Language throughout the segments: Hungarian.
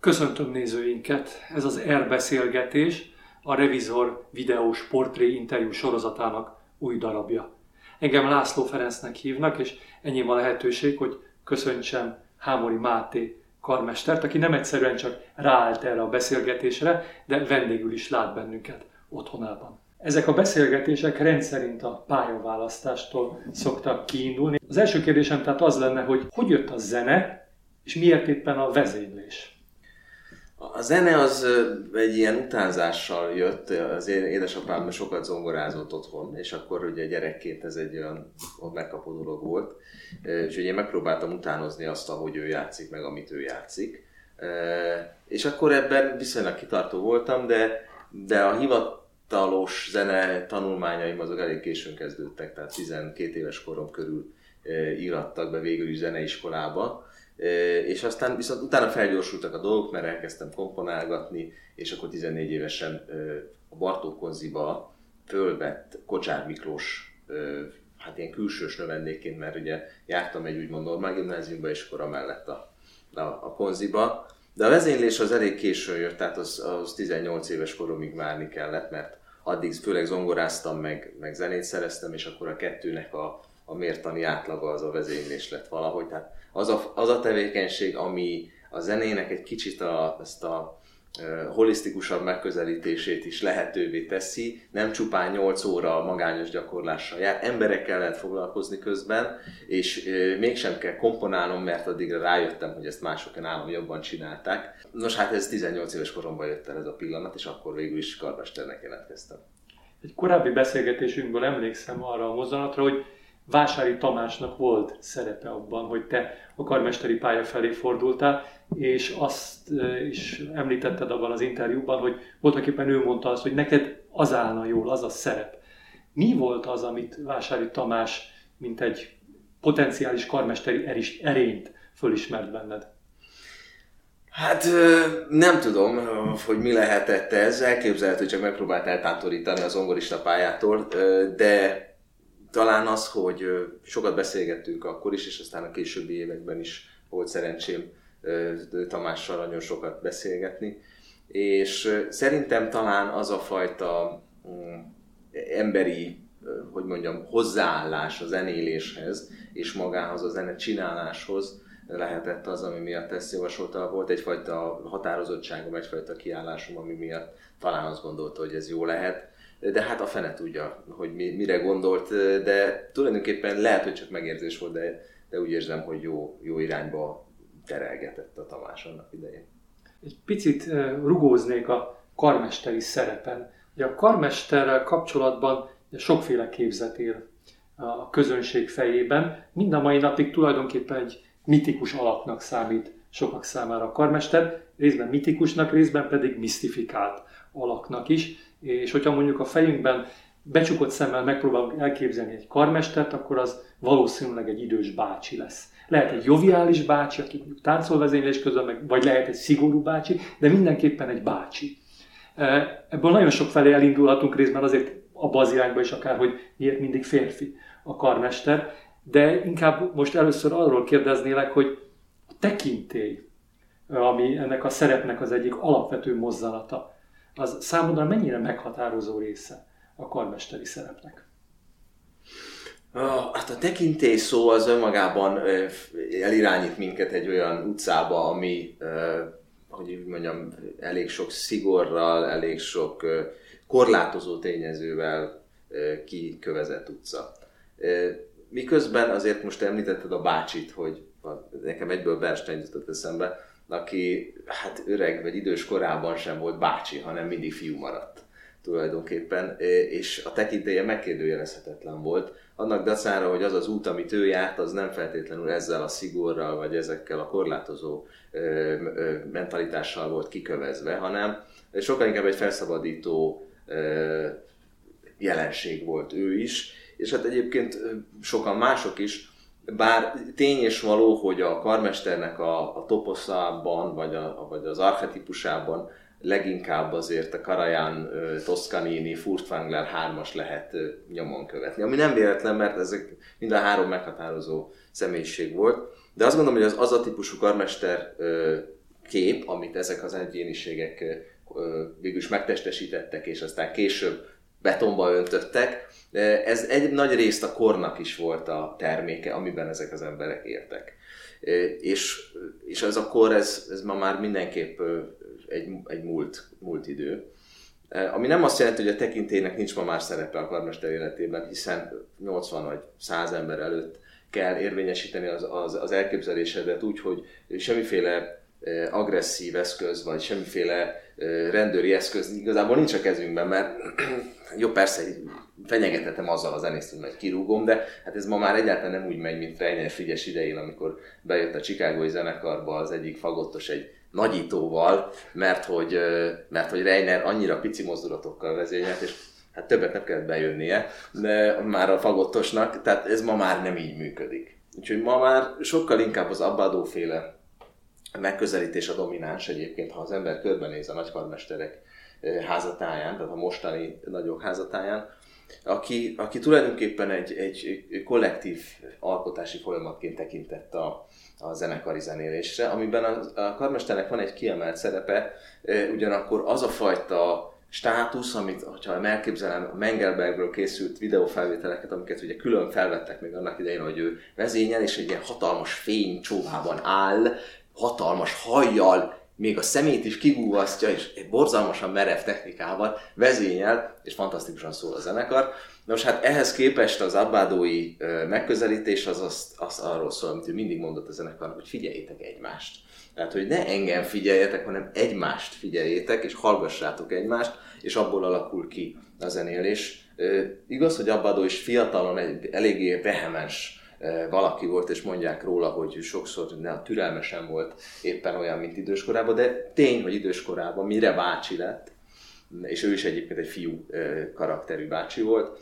Köszöntöm nézőinket! Ez az R-beszélgetés, a Revizor videós portré interjú sorozatának új darabja. Engem László Ferencnek hívnak, és enyém a lehetőség, hogy köszöntsem Hámori Máté karmestert, aki nem egyszerűen csak ráállt erre a beszélgetésre, de vendégül is lát bennünket otthonában. Ezek a beszélgetések rendszerint a pályaválasztástól szoktak kiindulni. Az első kérdésem tehát az lenne, hogy jött a zene, és miért éppen a vezénylés? A zene az egy ilyen utánzással jött, az édesapám sokat zongorázott otthon, és akkor ugye gyerekként ez egy olyan megkapó dolog volt. És ugye én megpróbáltam utánozni azt, ahogy ő játszik, meg amit ő játszik. És akkor ebben viszonylag kitartó voltam, de a hivatalos zene tanulmányaim azok elég későn kezdődtek, tehát 12 éves korom körül írattak be végül is zeneiskolába. És aztán viszont utána felgyorsultak a dolgok, mert elkezdtem komponálgatni, és akkor 14 évesen a Bartók Konziba fölvett Kocsár Miklós, hát ilyen külsős növendékként, mert ugye jártam egy úgymond normál gimnáziumba, és akkor amellett a Konziba. De a vezénylés az elég későn jött, tehát az 18 éves koromig várni kellett, mert addig főleg zongoráztam, meg zenét szereztem, és akkor a kettőnek a mértani átlaga az a vezénylés lett valahogy. Tehát az a tevékenység, ami a zenének egy kicsit ezt a holisztikusabb megközelítését is lehetővé teszi, nem csupán 8 óra magányos gyakorlással jár, emberekkel lehet foglalkozni közben, és mégsem kell komponálnom, mert addigra rájöttem, hogy ezt mások nálam jobban csinálták. Nos, hát ez 18 éves koromban jött el ez a pillanat, és akkor végül is karmesternek jelentkeztem. Egy korábbi beszélgetésünkből emlékszem arra a mozzanatra, hogy Vásári Tamásnak volt szerepe abban, hogy te a karmesteri pálya felé fordultál, és azt is említetted abban az interjúban, hogy voltaképpen ő mondta azt, hogy neked az állna jól, az a szerep. Mi volt az, amit Vásári Tamás, mint egy potenciális karmesteri erényt fölismert benned? Hát nem tudom, hogy mi lehetett ez. Elképzelhető, hogy csak megpróbált eltántorítani a zongorista pályától, de talán az, hogy sokat beszélgettünk akkor is, és aztán a későbbi években is volt szerencsém Tamással nagyon sokat beszélgetni. És szerintem talán az a fajta emberi, hogy mondjam, hozzáállás a zenéléshez és magához a zene csináláshoz lehetett az, ami miatt ezt javasolta. Volt egyfajta határozottságom, egyfajta kiállásom, ami miatt talán azt gondolta, hogy ez jó lehet. De hát a fene tudja, hogy mire gondolt, de tulajdonképpen lehet, hogy csak megérzés volt, de úgy érzem, hogy jó irányba terelgetett a Tamás annak idején. Egy picit rugóznék a karmesteri szerepen. Ugye a karmesterrel kapcsolatban sokféle képzet él a közönség fejében. Mind a mai napig tulajdonképpen egy mitikus alaknak számít sokak számára a karmester, részben mitikusnak, részben pedig misztifikált alaknak is. És hogyha mondjuk a fejünkben becsukott szemmel megpróbálunk elképzelni egy karmestert, akkor az valószínűleg egy idős bácsi lesz. Lehet egy joviális bácsi, aki mondjuk táncol vezénylés közben, vagy lehet egy szigorú bácsi, de mindenképpen egy bácsi. Ebből nagyon sok felé elindulhatunk, részben azért abba az irányba is akár, hogy miért mindig férfi a karmester, de inkább most először arról kérdeznélek, hogy a tekintély, ami ennek a szerepnek az egyik alapvető mozzanata, az számodra mennyire meghatározó része a karmesteri szerepnek? Hát a tekintély szó az önmagában elirányít minket egy olyan utcába, ami, hogy mondjam, elég sok szigorral, elég sok korlátozó tényezővel kikövezett utca. Miközben azért most említetted a bácsit, hogy nekem egyből Bernstein jutott eszembe, aki hát öreg vagy idős korában sem volt bácsi, hanem mindig fiú maradt tulajdonképpen, és a tekintélye megkérdőjelezhetetlen volt. Annak dacára, hogy az az út, amit ő járt, az nem feltétlenül ezzel a szigorral, vagy ezekkel a korlátozó mentalitással volt kikövezve, hanem sokkal inkább egy felszabadító jelenség volt ő is, és hát egyébként sokan mások is. Bár tény és való, hogy a karmesternek a toposzában, vagy az archetípusában leginkább azért a Karajan, Toscanini, Furtwängler 3-as lehet nyomon követni. Ami nem véletlen, mert ezek mind a 3 meghatározó személyiség volt. De azt gondolom, hogy az a típusú karmester kép, amit ezek az egyéniségek végülis megtestesítettek, és aztán később betonba öntöttek, ez egy nagy részt a kornak is volt a terméke, amiben ezek az emberek éltek. És ez a kor, ez ma már mindenképp egy múlt idő. Ami nem azt jelenti, hogy a tekintélynek nincs ma már szerepe a karmester életében, hiszen 80 vagy 100 ember előtt kell érvényesíteni az elképzelésedet úgy, hogy semmiféle agresszív eszköz, vagy semmiféle rendőri eszköz igazából nincs a kezünkben, mert jó, persze fenyegethetem azzal a zenészt, hogy majd kirúgom, de hát ez ma már egyáltalán nem úgy megy, mint Reiner Frigyes idején, amikor bejött a chicagói zenekarba az egyik fagottos egy nagyítóval, mert hogy Reiner annyira pici mozdulatokkal vezényelt, és hát többet nem kellett bejönnie, de már a fagottosnak, tehát ez ma már nem így működik. Úgyhogy ma már sokkal inkább az Abbado-féle megközelítés a domináns egyébként, ha az ember körbenéz a nagykarmesterek házatáján, tehát a mostani nagyok házatáján, aki tulajdonképpen egy kollektív alkotási folyamatként tekintett a zenekari zenélésre, amiben a karmesternek van egy kiemelt szerepe, ugyanakkor az a fajta státusz, amit, ha elképzelem, a Mengelbergről készült videófelvételeket, amiket ugye külön felvettek még annak idején, hogy ő vezényel, és egy ilyen hatalmas fénycsóvában áll, hatalmas hajjal, még a szemét is kigúvasztja, és egy borzalmasan merev technikával vezényel, és fantasztikusan szól a zenekar. Nos, hát ehhez képest az abbádói megközelítés az arról szól, amit ő mindig mondott a zenekarnak, hogy figyeljétek egymást. Tehát, hogy ne engem figyeljetek, hanem egymást figyeljétek, és hallgassátok egymást, és abból alakul ki a zenélés. Igaz, hogy Abbado is fiatalon egy eléggé vehemens valaki volt, és mondják róla, hogy sokszor türelmesen volt éppen olyan, mint időskorában, de tény, hogy időskorában, mire bácsi lett, és ő is egyébként egy fiú karakterű bácsi volt,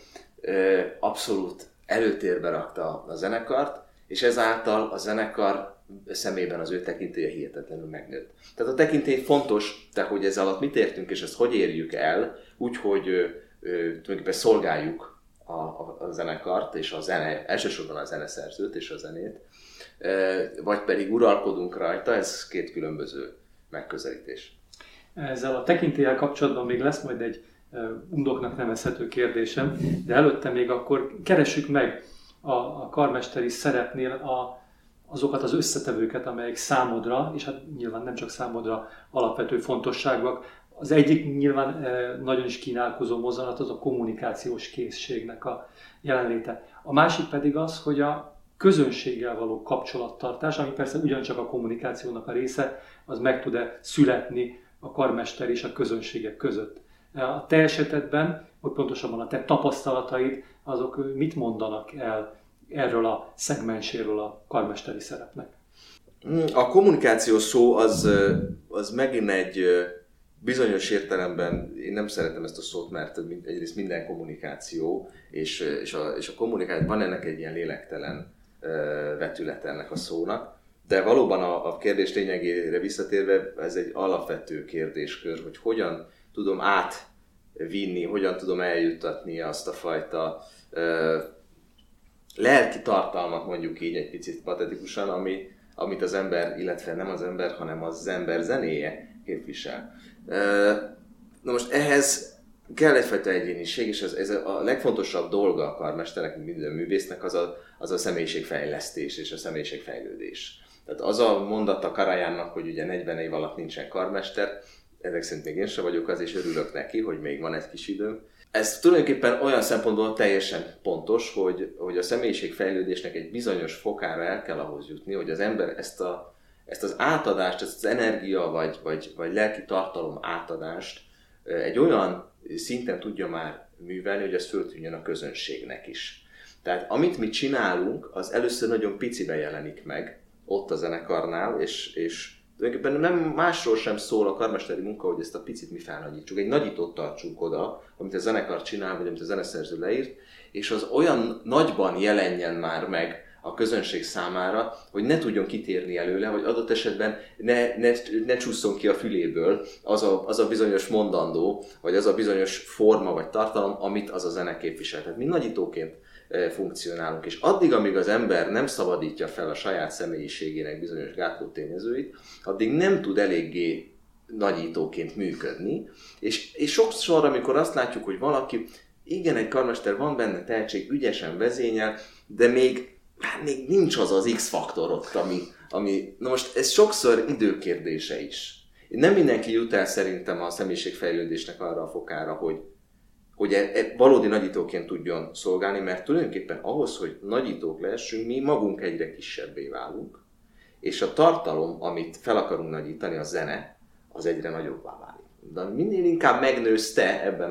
abszolút előtérbe rakta a zenekart, és ezáltal a zenekar szemében az ő tekintélye hihetetlenül megnőtt. Tehát a tekintély fontos, de hogy ez alatt mit értünk, és ezt hogy érjük el, úgyhogy tulajdonképpen szolgáljuk a zenekart, és a zene, elsősorban a zeneszerzőt és a zenét, vagy pedig uralkodunk rajta, ez két különböző megközelítés. Ezzel a tekintéllyel kapcsolatban még lesz majd egy undoknak nevezhető kérdésem, de előtte még akkor keressük meg a karmesteri szerepnél azokat az összetevőket, amelyek számodra, és hát nyilván nem csak számodra alapvető fontosságúak. Az egyik nyilván nagyon is kínálkozó mozzanat az a kommunikációs készségnek a jelenléte. A másik pedig az, hogy a közönséggel való kapcsolattartás, ami persze ugyancsak a kommunikációnak a része, az meg tud-e születni a karmester és a közönségek között. A te esetedben, vagy pontosabban a te tapasztalataid, azok mit mondanak el erről a szegmenséről a karmesteri szerepnek? A kommunikáció szó az megint egy bizonyos értelemben, én nem szeretem ezt a szót, mert egyrészt minden kommunikáció, és a kommunikáció, van ennek egy ilyen lélektelen vetülete ennek a szónak, de valóban a kérdés lényegére visszatérve ez egy alapvető kérdéskör, hogy hogyan tudom átvinni, hogyan tudom eljuttatni azt a fajta lelki tartalmat, mondjuk így egy picit patetikusan, amit az ember, illetve nem az ember, hanem az ember zenéje képvisel. Na most ehhez kell egyfajta egyéniség, és ez a legfontosabb dolga a karmesternek, minden művésznek, az a személyiségfejlesztés és a személyiségfejlődés. Tehát az a mondata Karajánnak, hogy ugye 40 év alatt nincsen karmester, ezek szerint még én sem vagyok az, és örülök neki, hogy még van egy kis időm. Ez tulajdonképpen olyan szempontból teljesen pontos, hogy a személyiségfejlődésnek egy bizonyos fokára el kell ahhoz jutni, hogy az ember ezt az átadást, ezt az energia vagy lelki tartalom átadást egy olyan szinten tudja már művelni, hogy ez föltűnjön a közönségnek is. Tehát amit mi csinálunk, az először nagyon piciben jelenik meg ott a zenekarnál, és tulajdonképpen nem másról sem szól a karmesteri munka, hogy ezt a picit mi felnagyítsuk. Egy nagyítót tartsunk oda, amit a zenekar csinál, vagy amit a zeneszerző leírt, és az olyan nagyban jelenjen már meg a közönség számára, hogy ne tudjon kitérni előle, hogy adott esetben ne csúszson ki a füléből az a bizonyos mondandó, vagy az a bizonyos forma vagy tartalom, amit az a zene képvisel. Tehát mi nagyítóként funkcionálunk, és addig, amíg az ember nem szabadítja fel a saját személyiségének bizonyos gátló tényezőit, addig nem tud eléggé nagyítóként működni, és sokszor, amikor azt látjuk, hogy valaki, igen, egy karmester, van benne tehetség, ügyesen vezényel, de még nincs az az X-faktor ott, ami... Na most ez sokszor időkérdése is. Nem mindenki jut el szerintem a személyiségfejlődésnek arra a fokára, hogy valódi nagyítóként tudjon szolgálni, mert tulajdonképpen ahhoz, hogy nagyítók lehessünk, mi magunk egyre kisebbé válunk, és a tartalom, amit fel akarunk nagyítani, a zene, az egyre nagyobbá válik. De minél inkább megnősz te ebben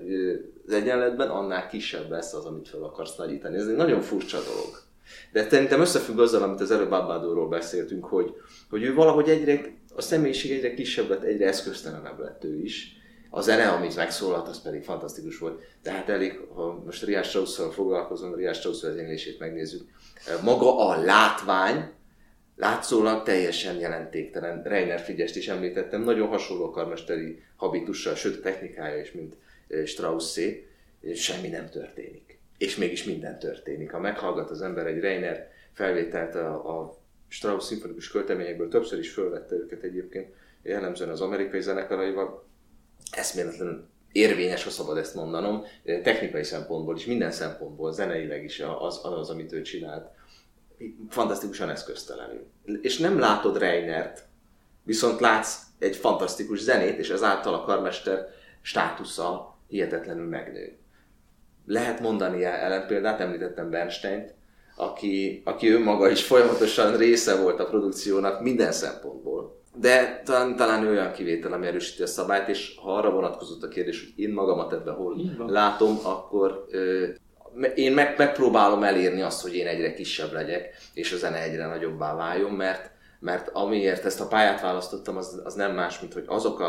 az egyenletben, annál kisebb lesz az, amit fel akarsz nagyítani. Ez egy nagyon furcsa dolog. De szerintem összefügg azzal, amit az előbb Abbádóról beszéltünk, hogy ő valahogy a személyiség egyre kisebb lett, egyre eszköztelenebb lett ő is. A zene, amit megszólalt, az pedig fantasztikus volt. Tehát elég, ha most Richard Strauss-szal foglalkozom, Richard Strauss vezénylését megnézzük, maga a látvány, látszólag teljesen jelentéktelen. Reiner Frigyest is említettem, nagyon hasonló karmesteri habitussal, sőt a technikája is, mint Straussé, semmi nem történik. És mégis minden történik. Ha meghallgat az ember egy Reiner felvételt a Strauss szimfonikus költeményekből, többször is fölvette őket egyébként, jellemzően az amerikai zenekaraival, eszméletlenül érvényes, ha szabad ezt mondanom, technikai szempontból is, minden szempontból, zeneileg is az, amit ő csinált, fantasztikusan eszköztelenül. És nem látod Reinert, viszont látsz egy fantasztikus zenét, és ezáltal a karmester státusza hihetetlenül megnő. Lehet mondani ellenpéldát, említettem Bernsteint, aki önmaga is folyamatosan része volt a produkciónak minden szemponttból. De talán ő olyan kivétel, ami erősíti a szabályt, és ha arra vonatkozott a kérdés, hogy én magamat ebben hol látom, akkor én megpróbálom elérni azt, hogy én egyre kisebb legyek, és a zene egyre nagyobbá váljon, mert amiért ezt a pályát választottam, az nem más, mint hogy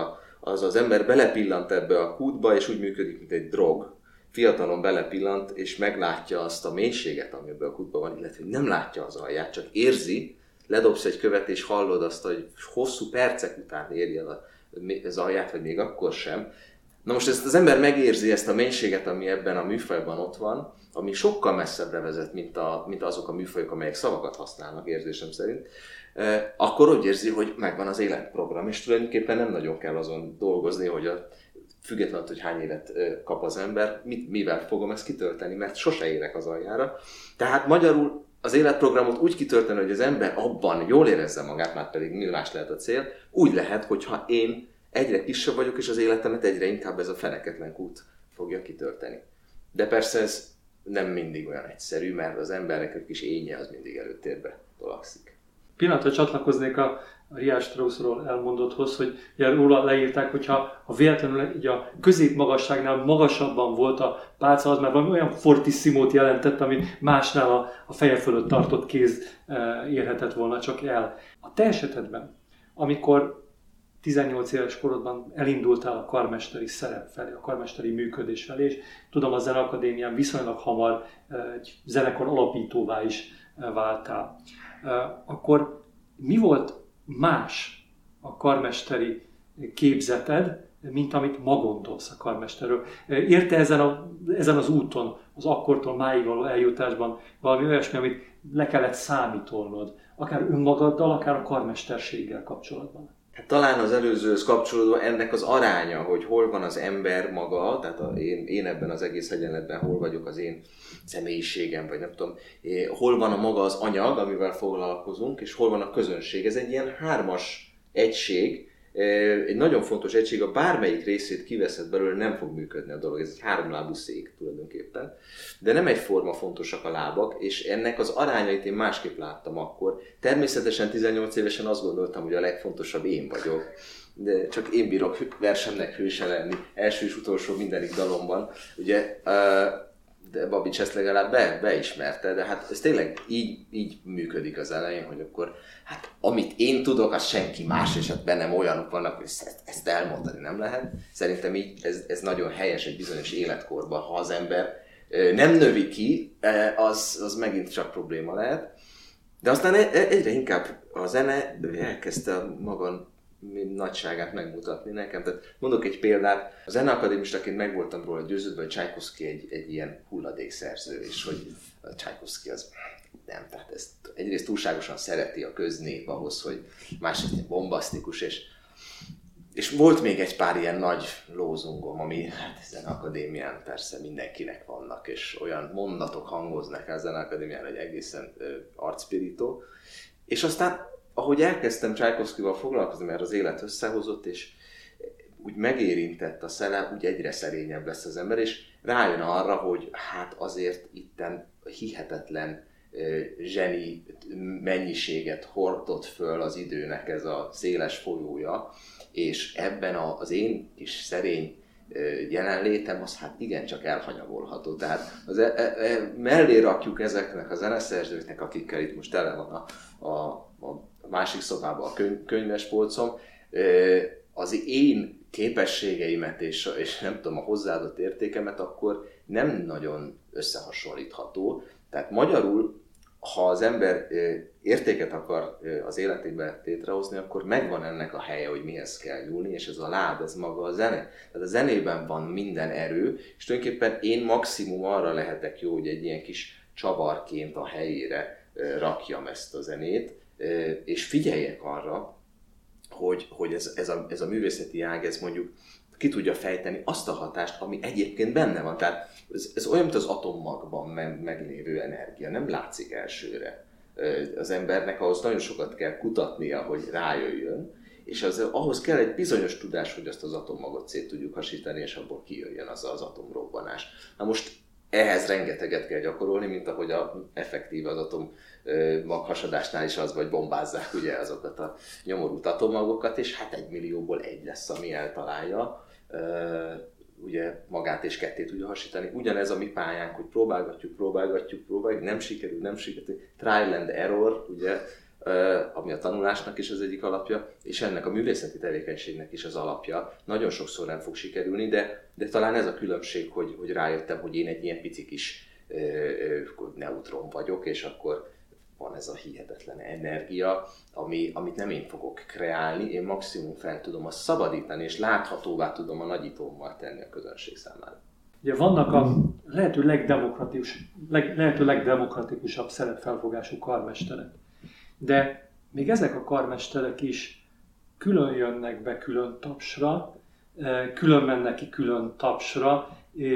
az ember belepillant ebbe a kútba, és úgy működik, mint egy drog. Fiatalon belepillant, és meglátja azt a mélységet, ami ebbe a kútban van, illetve nem látja az alját, csak érzi, ledobsz egy követ, és hallod azt, hogy hosszú percek után érje az alját, vagy még akkor sem. Na most ezt az ember megérzi, ezt a mélységet, ami ebben a műfajban ott van, ami sokkal messzebbre vezet, mint azok a műfajok, amelyek szavakat használnak, érzésem szerint, akkor úgy érzi, hogy megvan az életprogram, és tulajdonképpen nem nagyon kell azon dolgozni, hogy függetlenül, hogy hány évet kap az ember, mivel fogom ezt kitölteni, mert sose érek az aljára. Tehát magyarul az életprogramot úgy kitölteni, hogy az ember abban jól érezze magát, már pedig mi más lehet a cél, úgy lehet, hogyha én egyre kisebb vagyok, és az életemet egyre inkább ez a feneketlen kút fogja kitölteni. De persze ez nem mindig olyan egyszerű, mert az embernek egy kis énje az mindig előtérbe tolakszik. Pillanatra csatlakoznék a Richard Straussról elmondotthoz, hogy róla leírták, hogyha véletlenül így a középmagasságnál magasabban volt a pálca, az már valami olyan fortissimót jelentett, ami másnál a feje fölött tartott kéz érhetett volna csak el. A te esetedben, amikor 18 éves korodban elindultál a karmesteri szerep felé, a karmesteri működés felé, és tudom, a Zeneakadémián viszonylag hamar egy zenekar alapítóvá is váltál. Akkor mi volt más a karmesteri képzeted, mint amit ma gondolsz a karmesterről? Érte ezen az úton, az akkortól máig való eljutásban valami olyasmi, amit le kellett számítolnod, akár önmagaddal, akár a karmesterséggel kapcsolatban? Hát talán az előzőhöz kapcsolódva ennek az aránya, hogy hol van az ember maga, tehát én ebben az egész egyenletben hol vagyok, az én személyiségem, vagy nem tudom, hol van a maga az anyag, amivel foglalkozunk, és hol van a közönség. Ez egy ilyen hármas egység, egy nagyon fontos egység, a bármelyik részét kiveszed belőle, nem fog működni a dolog. Ez egy háromlábú szék tulajdonképpen. De nem egyforma fontosak a lábak, és ennek az arányait én másképp láttam akkor. Természetesen 18 évesen azt gondoltam, hogy a legfontosabb én vagyok. De csak én bírok versemnek hőse lenni, első és utolsó mindenik dalomban. Ugye, de Babics ezt legalább beismerte, de hát ez tényleg így működik az elején, hogy akkor hát amit én tudok, az senki más, és hát bennem olyanok vannak, hogy ezt elmondani nem lehet. Szerintem így ez nagyon helyes egy bizonyos életkorban, ha az ember nem növi ki, az megint csak probléma lehet. De aztán egyre inkább a zene elkezdte a maga nagyságát megmutatni nekem. Tehát mondok egy példát, a zeneakadémistaként meg voltam róla győződve, hogy Csajkovszky egy ilyen hulladékszerző, és hogy a Csajkovszky az nem, tehát ezt egyrészt túlságosan szereti a köznép ahhoz, hogy másrészt bombasztikus, és volt még egy pár ilyen nagy lózungom, ami hát zeneakadémián persze mindenkinek vannak, és olyan mondatok hangoznak a zeneakadémián, hogy egészen arcpirító. És aztán, ahogy elkezdtem Csajkovszkyval foglalkozni, mert az élet összehozott, és úgy megérintett a szele, úgy egyre szerényebb lesz az ember, és rájön arra, hogy hát azért itten hihetetlen zseni mennyiséget hordott föl az időnek ez a széles folyója, és ebben az én kis szerény jelenlétem az hát igencsak elhanyagolható. Tehát mellé rakjuk ezeknek a zeneszerzőknek, akikkel itt most tele van a másik szobában a könyvespolcom, az én képességeimet és nem tudom, a hozzáadott értékemet, akkor nem nagyon összehasonlítható. Tehát magyarul, ha az ember értéket akar az életébe létrehozni, akkor megvan ennek a helye, hogy mihez kell nyúlni, és ez a láb, ez maga a zene. Tehát a zenében van minden erő, és tulajdonképpen én maximum arra lehetek jó, hogy egy ilyen kis csavarként a helyére rakjam ezt a zenét, és figyeljek arra, hogy ez a művészeti ág, ez mondjuk ki tudja fejteni azt a hatást, ami egyébként benne van. Tehát ez olyan, mint az atommagban meglévő energia, nem látszik elsőre. Az embernek ahhoz nagyon sokat kell kutatnia, hogy rájöjjön, és ahhoz kell egy bizonyos tudás, hogy azt az atommagot szét tudjuk hasítani, és abból kijöjjön az atomrobbanás. Na most ehhez rengeteget kell gyakorolni, mint ahogy effektív az atommaghasadásnál is az, vagy bombázzák ugye azokat a nyomorult atommagokat, és hát 1 millióból 1 lesz, ami eltalálja ugye magát és ketté tudja hasítani. Ugyanez a mi pályánk, hogy próbálgatjuk, nem sikerül, trial and error, ugye, ami a tanulásnak is az egyik alapja, és ennek a művészeti tevékenységnek is az alapja. Nagyon sokszor nem fog sikerülni, de talán ez a különbség, hogy rájöttem, hogy én egy ilyen pici kis neutron vagyok, és akkor van ez a hihetetlen energia, amit nem én fogok kreálni, én maximum fel tudom azt szabadítani, és láthatóvá tudom a nagyítómmal tenni a közönség számára. Ugye vannak a lehető legdemokratikusabb szerepfelfogású karmesterek, de még ezek a karmesterek is külön jönnek be külön tapsra, külön mennek ki külön tapsra,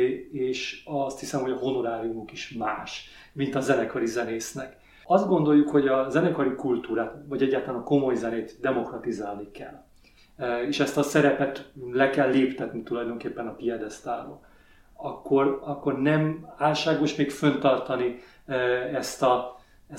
és azt hiszem, hogy a honoráriumuk is más, mint a zenekari zenésznek. Azt gondoljuk, hogy a zenekari kultúrát, vagy egyáltalán a komoly zenét demokratizálni kell. És ezt a szerepet le kell léptetni tulajdonképpen a piedesztálról. Akkor nem álságos még föntartani ezt a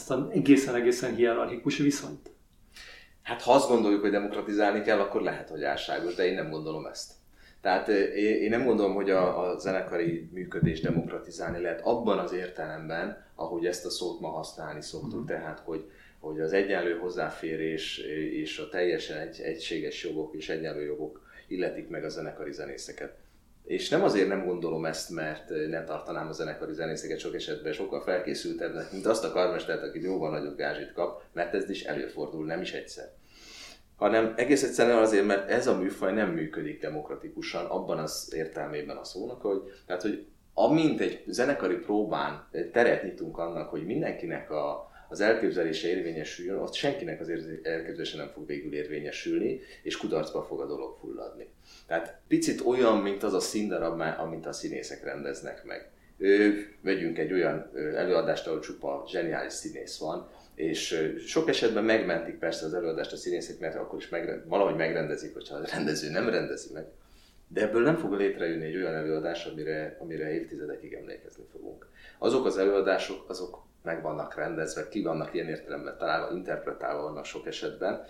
egészen hierarchikus viszonyt? Hát ha azt gondoljuk, hogy demokratizálni kell, akkor lehet, hogy álságos, de én nem gondolom ezt. Tehát én nem gondolom, hogy a zenekari működés demokratizálni lehet abban az értelemben, ahogy ezt a szót ma használni szoktuk, tehát hogy az egyenlő hozzáférés és a teljesen egységes jogok és egyenlő jogok illetik meg a zenekari zenészeket. És nem azért nem gondolom ezt, mert nem tartanám a zenekari zenészeket sok esetben sokkal felkészültebbnek, mint azt a karmestert, aki jóval nagyobb gázsit kap, mert ez is előfordul, nem is egyszer. Hanem egész egyszerűen azért, mert ez a műfaj nem működik demokratikusan, abban az értelmében a szónak, hogy amint egy zenekari próbán teret nyitunk annak, hogy mindenkinek az elképzelése érvényesüljön, ott senkinek az elképzelése nem fog végül érvényesülni, és kudarcba fog a dolog fulladni. Tehát picit olyan, mint az a színdarab, amit a színészek rendeznek meg. Vegyünk egy olyan előadást, ahol csupa zseniális színész van, és sok esetben megmentik persze az előadást a színészek, mert akkor is valahogy megrendezik, hogyha a rendező nem rendezi meg. De ebből nem fog létrejönni egy olyan előadás, amire évtizedekig emlékezni fogunk. Azok az előadások, azok meg vannak rendezve, ki vannak ilyen értelemben találva, interpretálva vannak sok esetben,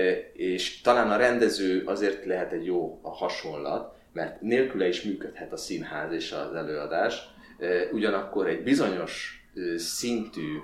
és talán a rendező azért lehet egy jó hasonlat, mert nélküle is működhet a színház és az előadás, ugyanakkor egy bizonyos szintű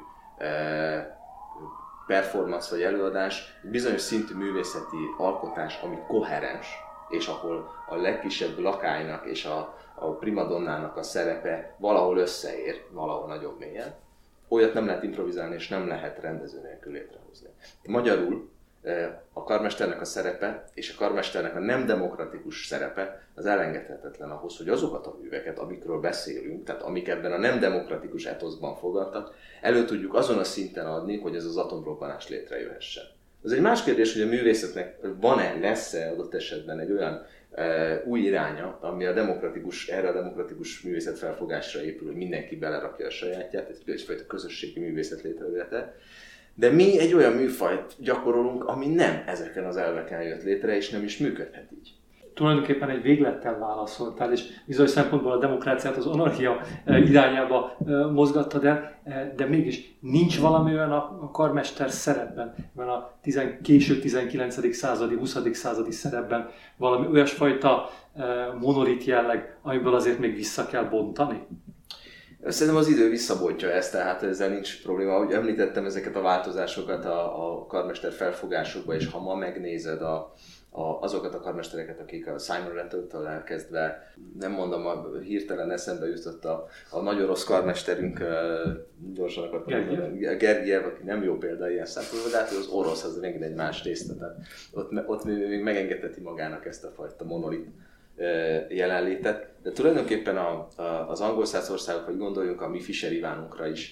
performance vagy előadás, egy bizonyos szintű művészeti alkotás, ami koherens, és ahol a legkisebb lakálynak és a a primadonnának a szerepe valahol összeér, valahol nagyon mélyen, olyat nem lehet improvizálni, és nem lehet rendező nélkül létrehozni. Magyarul a karmesternek a szerepe és a karmesternek a nem demokratikus szerepe az elengedhetetlen ahhoz, hogy azokat a műveket, amikről beszélünk, tehát amik ebben a nem demokratikus etoszban fogadtak, elő tudjuk azon a szinten adni, hogy ez az atomrobbanás létrejöhessen. Ez egy más kérdés, hogy a művészetnek van-e, lesz-e adott esetben egy olyan új iránya, ami erre a demokratikus művészet felfogásra épül, hogy mindenki belerakja a sajátját, egyfajta közösségi művészet létrejöhet. De mi egy olyan műfajt gyakorolunk, ami nem ezeken az elveken jött létre, és nem is működhet így. Tulajdonképpen egy véglettel válaszoltál, és bizonyos szempontból a demokráciát az anarchia irányába mozgattad el, de mégis nincs valami olyan a karmester szerepben, mert a késő 19. századi, 20. századi szerepben valami olyasfajta monolit jelleg, amiből azért még vissza kell bontani? Szerintem az idő visszabontja ezt, tehát ezzel nincs probléma. Ahogy említettem ezeket a változásokat a karmester felfogásokban, és ha ma megnézed azokat a karmestereket, akik a Simon Rattle-től elkezdve, nem mondom, hirtelen eszembe jutott a nagy orosz karmesterünk, gyorsan akartam mondani, Gergiev, aki nem jó példa ilyen szempontból, de hát az orosz az megint egy más tészta, tehát ott még megengedheti magának ezt a fajta monolit jelenlétet. De tulajdonképpen az angol száz országok, vagy gondoljunk a mi Fischer Ivánunkra is,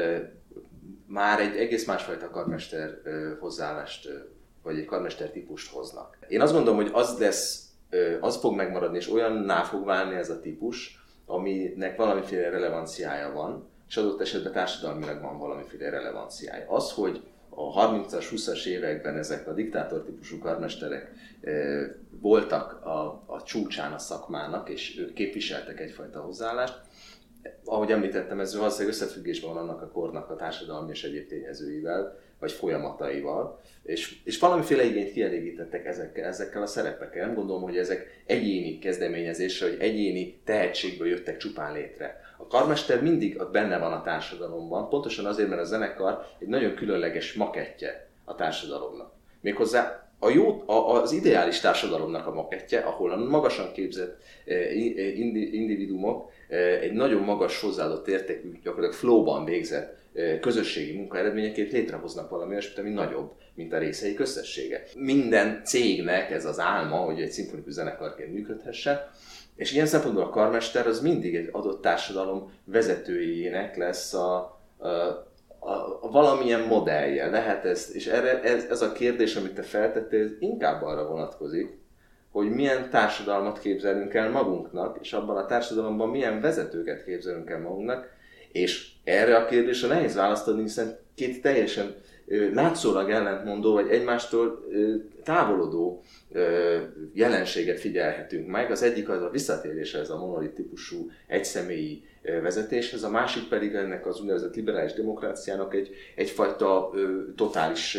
már egy egész másfajta karmester hozzáállást, vagy egy karmester típust hoznak. Én azt gondolom, hogy az fog megmaradni, és olyanná fog válni ez a típus, aminek valamiféle relevanciája van, és adott esetben társadalmilag van valamiféle relevanciája. Az, hogy a 30-as, 20-as években ezek a diktátor típusú karmesterek voltak a csúcsán a szakmának, és ők képviseltek egyfajta hozzáállást. Ahogy említettem, ez valószínűleg összefüggésben van annak a kornak a társadalmi és egyéb tényezőivel, vagy folyamataival, és valamiféle igényt kielégítettek ezekkel a szerepekkel. Nem gondolom, hogy ezek egyéni kezdeményezésre, vagy egyéni tehetségből jöttek csupán létre. A karmester mindig ott benne van a társadalomban, pontosan azért, mert a zenekar egy nagyon különleges makettje a társadalomnak. Méghozzá az ideális társadalomnak a makettje, ahol a magasan képzett individuumok egy nagyon magas hozzáadott értékű, gyakorlatilag flowban végzett közösségi munka eredményeként létrehoznak valami olyasmit, ami nagyobb, mint a részeik összessége. Minden cégnek ez az álma, hogy egy szimfonikus zenekarként működhessen, és ilyen szempontból a karmester az mindig egy adott társadalom vezetőjének lesz a valamilyen modellje. Lehet ez, és ez a kérdés, amit te feltettél, inkább arra vonatkozik, hogy milyen társadalmat képzelünk el magunknak, és abban a társadalomban milyen vezetőket képzelünk el magunknak, és erre a kérdésre nehéz választ adni, hiszen két teljesen látszólag ellentmondó, vagy egymástól távolodó jelenséget figyelhetünk meg. Az egyik az a visszatérés ez a monolit típusú egyszemélyi vezetéshez, a másik pedig ennek az úgynevezett liberális demokráciának egyfajta totális,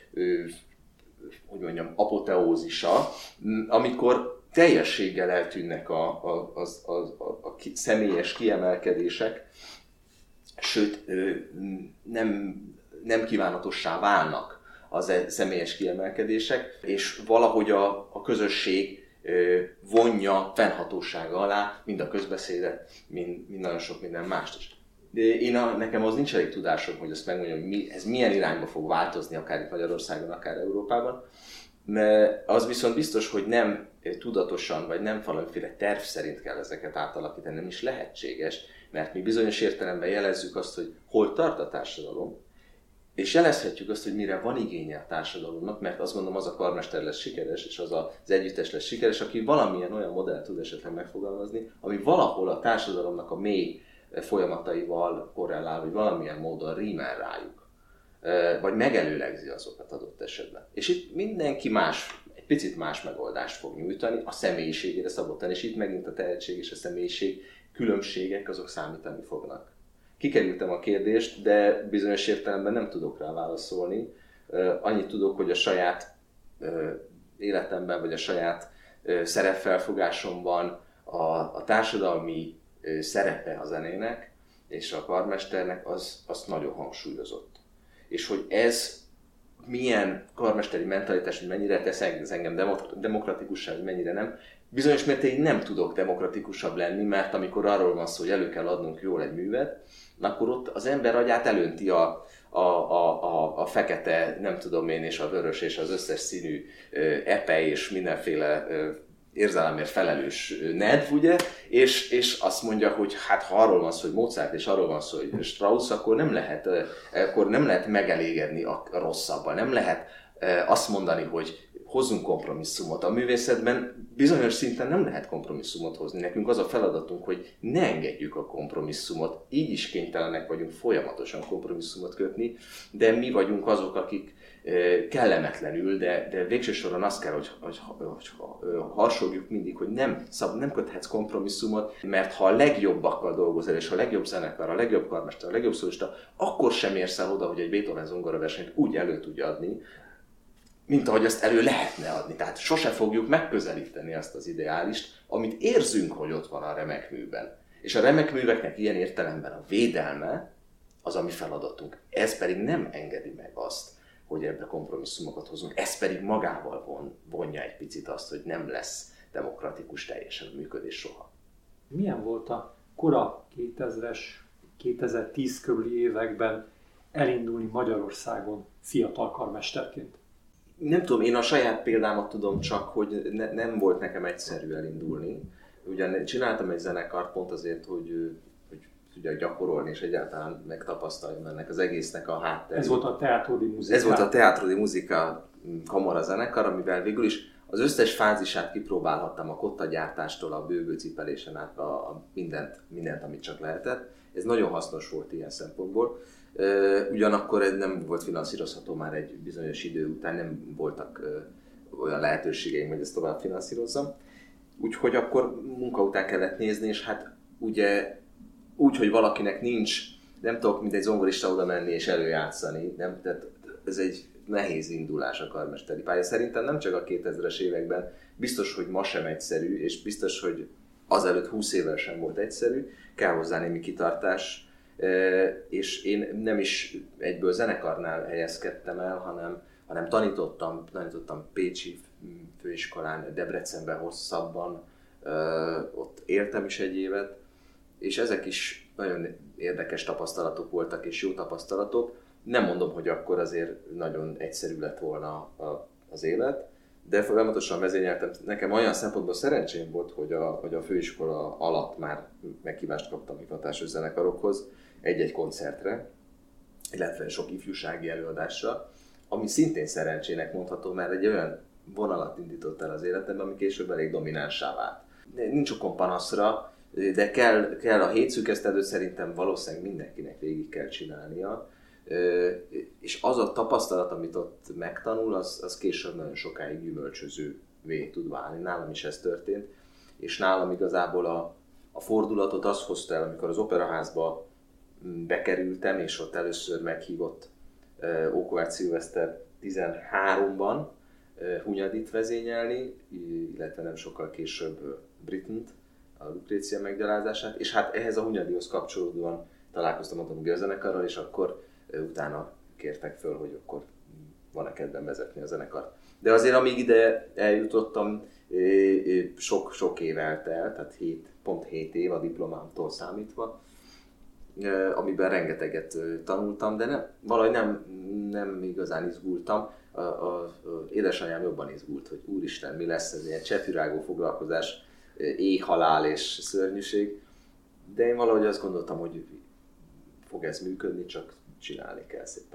hogy mondjam, apoteózisa, amikor teljességgel eltűnnek a személyes kiemelkedések, sőt nem kívánatossá válnak az személyes kiemelkedések, és valahogy a közösség vonja fennhatósága alá mind a közbeszédet, mind nagyon sok minden mást is. Nekem az nincs elég tudásom, hogy azt megmondjam, ez milyen irányba fog változni, akár itt Magyarországon, akár Európában. Az viszont biztos, hogy nem tudatosan, vagy nem valamiféle terv szerint kell ezeket átalakítani, nem is lehetséges, mert mi bizonyos értelemben jelezzük azt, hogy hol tart a társadalom, és jelezhetjük azt, hogy mire van igénye a társadalomnak, mert azt gondolom, az a karmester lesz sikeres, és az együttes lesz sikeres, aki valamilyen olyan modellt tud esetleg megfogalmazni, ami valahol a társadalomnak a mély folyamataival korrelál, vagy valamilyen módon rímel rájuk, vagy megelőlegzi azokat adott esetben. És itt mindenki egy picit más megoldást fog nyújtani, a személyiségére szabottan, és itt megint a tehetség és a személyiség különbségek azok számítani fognak. Kikerültem a kérdést, de bizonyos értelemben nem tudok rá válaszolni. Annyit tudok, hogy a saját életemben, vagy a saját szerepfelfogásomban a társadalmi szerepe a zenének és a karmesternek az nagyon hangsúlyozott. És hogy ez milyen karmesteri mentalitás, hogy mennyire tesz engem demokratikussá, hogy mennyire nem, bizonyos mértékig nem tudok demokratikusabb lenni, mert amikor arról van szó, hogy elő kell adnunk jól egy művet, akkor ott az ember agyát elönti a fekete, nem tudom én, és a vörös, és az összes színű epe, és mindenféle érzelemért felelős nedv, ugye? És azt mondja, hogy hát ha arról van szó, hogy Mozart, és arról van szó, hogy Strauss, akkor nem lehet megelégedni a rosszabbal, nem lehet azt mondani, hogy hozzunk kompromisszumot. A művészetben bizonyos szinten nem lehet kompromisszumot hozni. Nekünk az a feladatunk, hogy ne engedjük a kompromisszumot. Így is kénytelenek vagyunk folyamatosan kompromisszumot kötni, de mi vagyunk azok, akik kellemetlenül, de végső soron azt kell, hogy harsoljuk mindig, hogy nem köthetsz kompromisszumot, mert ha a legjobbakkal dolgozol, és ha a legjobb zenekar, a legjobb karmester, a legjobb szólista, akkor sem érsz el oda, hogy egy Beethoven zongoraversenyt úgy elő tudja adni, mint ahogy azt elő lehetne adni. Tehát sose fogjuk megközelíteni azt az ideálist, amit érzünk, hogy ott van a remek műben. És a remek műveknek ilyen értelemben a védelme az a mi feladatunk. Ez pedig nem engedi meg azt, hogy ebbe kompromisszumokat hozunk. Ez pedig magával vonja egy picit azt, hogy nem lesz demokratikus teljesen a működés soha. Milyen volt a kora 2000-es, 2010 körüli években elindulni Magyarországon fiatal karmesterként? Nem tudom, én a saját példámat tudom csak, hogy nem volt nekem egyszerű elindulni. Ugyan csináltam egy zenekart pont azért, hogy tudjak gyakorolni, és egyáltalán megtapasztaljam ennek az egésznek a hátterét. Ez volt a Teatro di Musica. Ez volt a Teatro di Musica kamara zenekar, amivel végül is az összes fázisát kipróbálhattam, a kottagyártástól a bőgőcipelésen át mindent, amit csak lehetett. Ez nagyon hasznos volt ilyen szempontból. Ugyanakkor ez nem volt finanszírozható már egy bizonyos idő után, nem voltak olyan lehetőségeim, hogy ezt tovább finanszírozzam. Úgyhogy akkor munka után kellett nézni, és hát ugye úgy, hogy valakinek nincs, nem tudok, mint egy zongorista oda menni és előjátszani, nem? Tehát ez egy nehéz indulás a karmesteri pálya. Szerintem nem csak a 2000-es években, biztos, hogy ma sem egyszerű, és biztos, hogy azelőtt 20 évvel sem volt egyszerű, kell hozzá némi kitartás, és én nem is egyből zenekarnál helyezkedtem el, hanem tanítottam Pécsi főiskolán, Debrecenben hosszabban, ott éltem is egy évet, és ezek is nagyon érdekes tapasztalatok voltak, és jó tapasztalatok. Nem mondom, hogy akkor azért nagyon egyszerű lett volna az élet, de folyamatosan vezényeltem. Nekem olyan szempontból szerencsém volt, hogy a főiskola alatt már meghívást kaptam hivatásos zenekarokhoz, egy-egy koncertre, illetve sok ifjúsági előadásra, ami szintén szerencsének mondható, mert egy olyan vonalat indított el az életemben, ami később elég dominánsá vált. Nincs okom panaszra, de kell a hétszűkesztedőt szerintem valószínűleg mindenkinek végig kell csinálnia, és az a tapasztalat, amit ott megtanul, az később nagyon sokáig gyümölcsözővé tud válni. Nálam is ez történt, és nálam igazából a fordulatot az hozta el, amikor az Operaházba bekerültem, és ott először meghívott Ókovács Szilveszter 13-ban Hunyadit vezényelni, illetve nem sokkal később Brittont, a Lukrécia meggyalázását, és hát ehhez a Hunyadihoz kapcsolódóan találkoztam a Dombia zenekarral, és akkor utána kértek föl, hogy akkor van-e kedvem vezetni a zenekart. De azért amíg ide eljutottam, sok év eltelt, tehát pont 7 év a diplomámtól számítva, amiben rengeteget tanultam, de valahogy nem igazán izgultam. Az édesanyám jobban izgult, hogy úristen, mi lesz ez ilyen csetűrágó foglalkozás, éhhalál és szörnyűség. De én valahogy azt gondoltam, hogy fog ez működni, csak csinálni kell szépen.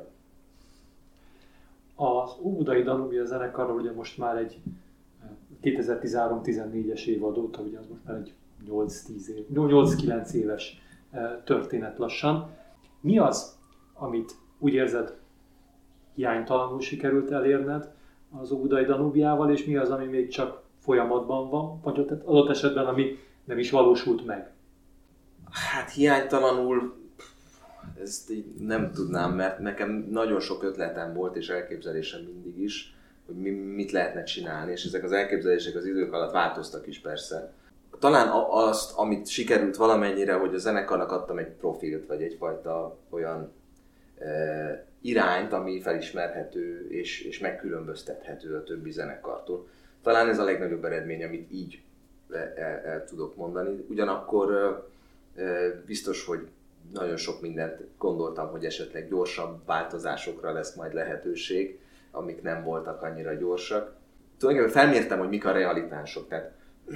Az Óbudai Danubia zenekarról ugye most már egy 2013-14-es évad óta, ugye az most már egy 8-9 éves történet lassan. Mi az, amit úgy érzed, hiánytalanul sikerült elérned az Óbudai Danubiával, és mi az, ami még csak folyamatban van, vagy adott esetben, ami nem is valósult meg? Hát hiánytalanul ezt így nem tudnám, mert nekem nagyon sok ötletem volt és elképzelésem mindig is, hogy mit lehetne csinálni, és ezek az elképzelések az idők alatt változtak is persze. Talán azt, amit sikerült valamennyire, hogy a zenekarnak adtam egy profilt, vagy egyfajta olyan irányt, ami felismerhető és megkülönböztethető a többi zenekartól. Talán ez a legnagyobb eredmény, amit így el tudok mondani. Ugyanakkor biztos, hogy nagyon sok mindent gondoltam, hogy esetleg gyorsabb változásokra lesz majd lehetőség, amik nem voltak annyira gyorsak. Tulajdonképpen felmértem, hogy mik a realitások. Tehát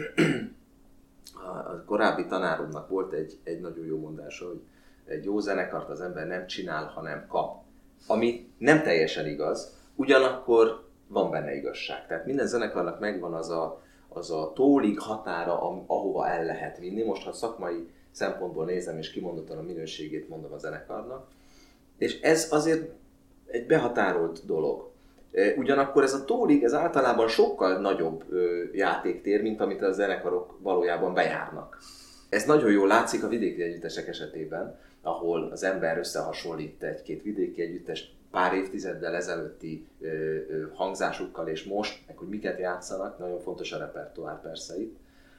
a korábbi tanáromnak volt egy nagyon jó mondása, hogy egy jó zenekart az ember nem csinál, hanem kap. Ami nem teljesen igaz, ugyanakkor van benne igazság. Tehát minden zenekarnak megvan az a tólig határa, ahova el lehet vinni. Most, ha szakmai szempontból nézem, és kimondottan a minőségét mondom a zenekarnak. És ez azért egy behatárolt dolog. Ugyanakkor ez a tólig, ez általában sokkal nagyobb játéktér, mint amit a zenekarok valójában bejárnak. Ez nagyon jól látszik a vidéki együttesek esetében, ahol az ember összehasonlít egy-két vidéki együttes pár évtizeddel ezelőtti hangzásukkal és most, meg hogy miket játszanak, nagyon fontos a repertoár persze itt,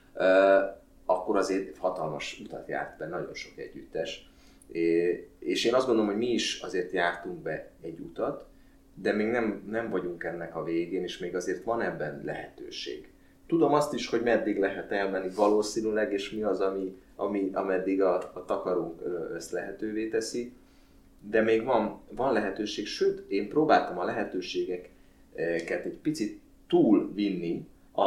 akkor azért hatalmas utat járt be nagyon sok együttes. És én azt gondolom, hogy mi is azért jártunk be egy utat, de még nem vagyunk ennek a végén, és még azért van ebben lehetőség. Tudom azt is, hogy meddig lehet elmenni valószínűleg, és mi az, ameddig a takarunk ezt lehetővé teszi, de még van lehetőség, sőt, én próbáltam a lehetőségeket egy picit túlvinni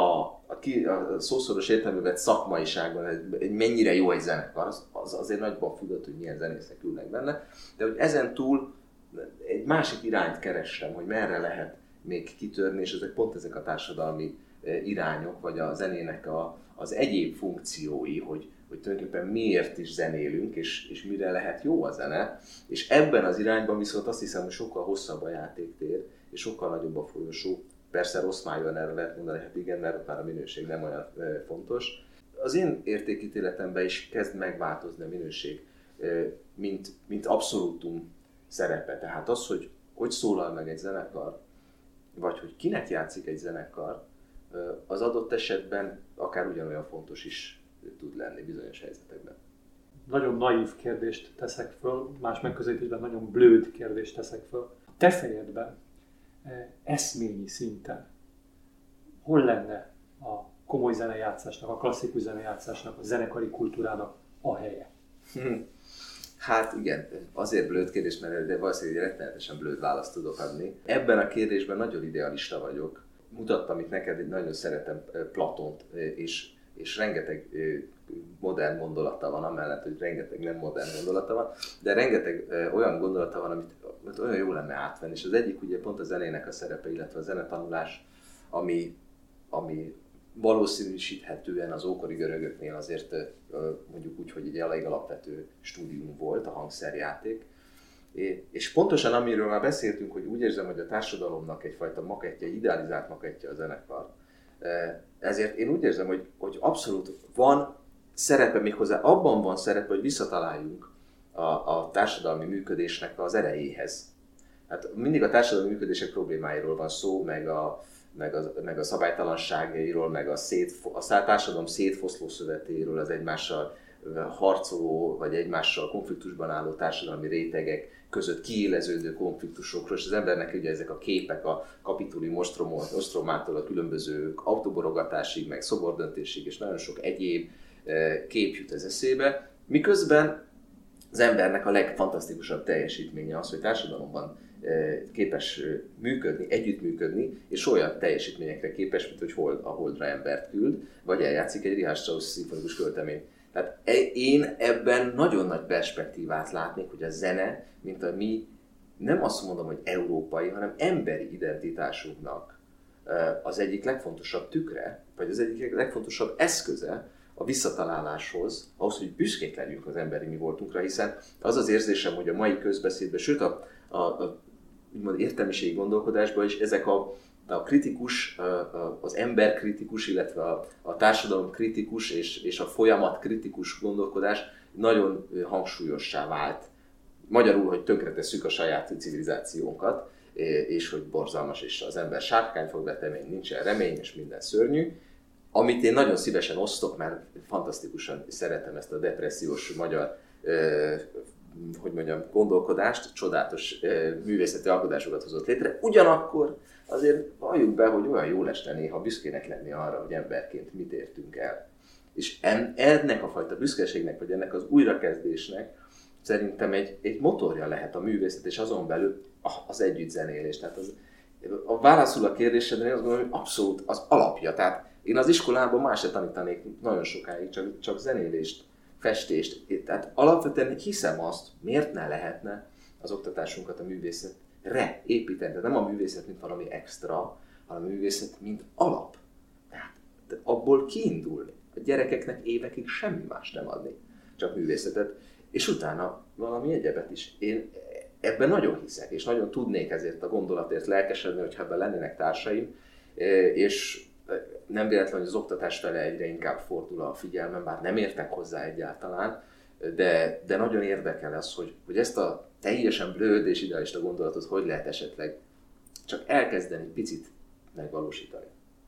a szószoros értelművel vett szakmaiságban, hogy mennyire jó egy zenekar, az azért nagyban függött, hogy milyen zenészek ülnek benne, de hogy ezen túl egy másik irányt kerestem, hogy merre lehet még kitörni, és ezek a társadalmi irányok, vagy a zenének az egyéb funkciói, hogy tulajdonképpen miért is zenélünk, és mire lehet jó a zene. És ebben az irányban viszont azt hiszem, hogy sokkal hosszabb a játéktér, és sokkal nagyobb a folyosó. Persze rossz májban erre lehet mondani, hát igen, mert ott már a minőség nem olyan fontos. Az én értékítéletemben is kezd megváltozni a minőség, mint abszolútum szerepe. Tehát az, hogy szólal meg egy zenekar, vagy hogy kinek játszik egy zenekar, az adott esetben akár ugyanolyan fontos is tud lenni bizonyos helyzetekben. Nagyon naív kérdést teszek föl, más megközelítésben nagyon blőd kérdést teszek föl. A te fejedben eszményi szinten hol lenne a komoly zenejátszásnak, a klasszikus zenejátszásnak, a zenekari kultúrának a helye? Hát igen, azért blőd kérdés, mert valószínűleg rettenetesen blőd választ tudok adni. Ebben a kérdésben nagyon idealista vagyok. Mutattam itt neked, nagyon szeretem Platont, és rengeteg modern gondolata van, amellett, hogy rengeteg nem modern gondolata van, de rengeteg olyan gondolata van, amit olyan jó lenne átvenni. És az egyik ugye pont a zenének a szerepe, illetve a zenetanulás, ami valószínűsíthetően az ókori görögöknél azért mondjuk úgy, hogy egy elég alapvető stúdium volt a hangszerjáték. És pontosan amiről már beszéltünk, hogy úgy érzem, hogy a társadalomnak egyfajta makettje, idealizált makettje a zenekar. Ezért én úgy érzem, hogy abszolút van szerepe, méghozzá abban van szerepe, hogy visszataláljunk a társadalmi működésnek az erejéhez. Hát mindig a társadalmi működések problémáiról van szó, meg a szabálytalanságairól, meg a társadalom szétfoszló szövetéről, az egymással harcoló, vagy egymással konfliktusban álló társadalmi rétegek között kiéleződő konfliktusokról, és az embernek ugye ezek a képek a Kapituli ostromától a különböző autóborogatásig, meg szobordöntésig, és nagyon sok egyéb kép jut ez eszébe, miközben az embernek a legfantasztikusabb teljesítménye az, hogy társadalomban képes működni, együttműködni, és olyan teljesítményekre képes, mint hogy a Holdra embert küld, vagy eljátszik egy Richard Strauss szimfonikus költeményt. Tehát én ebben nagyon nagy perspektívát látnék, hogy a zene, mint a mi, nem azt mondom, hogy európai, hanem emberi identitásunknak az egyik legfontosabb tükre, vagy az egyik legfontosabb eszköze a visszataláláshoz, ahhoz, hogy büszkék legyünk az emberi mi voltunkra, hiszen az az érzésem, hogy a mai közbeszédben, sőt úgymond értelmiségi gondolkodásban is ezek a kritikus, az emberkritikus, illetve a társadalom kritikus és a folyamat kritikus gondolkodás nagyon hangsúlyossá vált. Magyarul, hogy tönkretesszük a saját civilizációnkat, és hogy borzalmas, és az ember sárkány fog vetemény, nincsen remény, és minden szörnyű. Amit én nagyon szívesen osztok, mert fantasztikusan szeretem ezt a depressziós magyar gondolkodást, csodálatos művészeti alkotásokat hozott létre. Ugyanakkor azért valljuk be, hogy olyan jó esne néha büszkének lenni arra, hogy emberként mit értünk el. És ennek a fajta büszkeségnek, vagy ennek az újrakezdésnek szerintem egy motorja lehet a művészet, és azon belül az együttzenélés. Tehát a válaszul a kérdésedre, én azt gondolom, hogy abszolút az alapja. Tehát én az iskolában más se tanítanék nagyon sokáig, csak zenélést, festést. Tehát alapvetően hiszem azt, miért ne lehetne az oktatásunkat a művészetre építeni. Tehát nem a művészet, mint valami extra, hanem a művészet, mint alap. Tehát abból kiindulni. A gyerekeknek évekig semmi más nem adni, csak művészetet, és utána valami egyebet is. Én ebben nagyon hiszek, és nagyon tudnék ezért a gondolatért lelkesedni, hogyha ebben lennének társaim, és nem véletlen, hogy az oktatás fele egyre inkább fordul a figyelmem, bár nem értek hozzá egyáltalán, de nagyon érdekel az, hogy ezt a teljesen blőd és idealista gondolatot hogy lehet esetleg csak elkezdeni picit megvalósítani.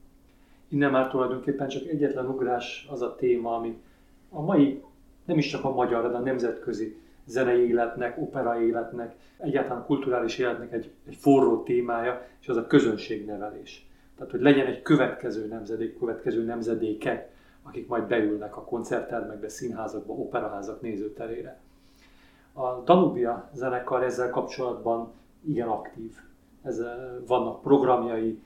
Innen már tulajdonképpen csak egyetlen ugrás az a téma, ami a mai, nem is csak a magyar, de a nemzetközi zenei életnek, opera életnek, egyáltalán kulturális életnek egy forró témája, és az a közönségnevelés. Tehát, hogy legyen egy következő nemzedék, következő nemzedékek, akik majd beülnek a koncerttermekbe, színházakba, operaházak nézőterére. A Danubia zenekar ezzel kapcsolatban igen aktív. Vannak programjai,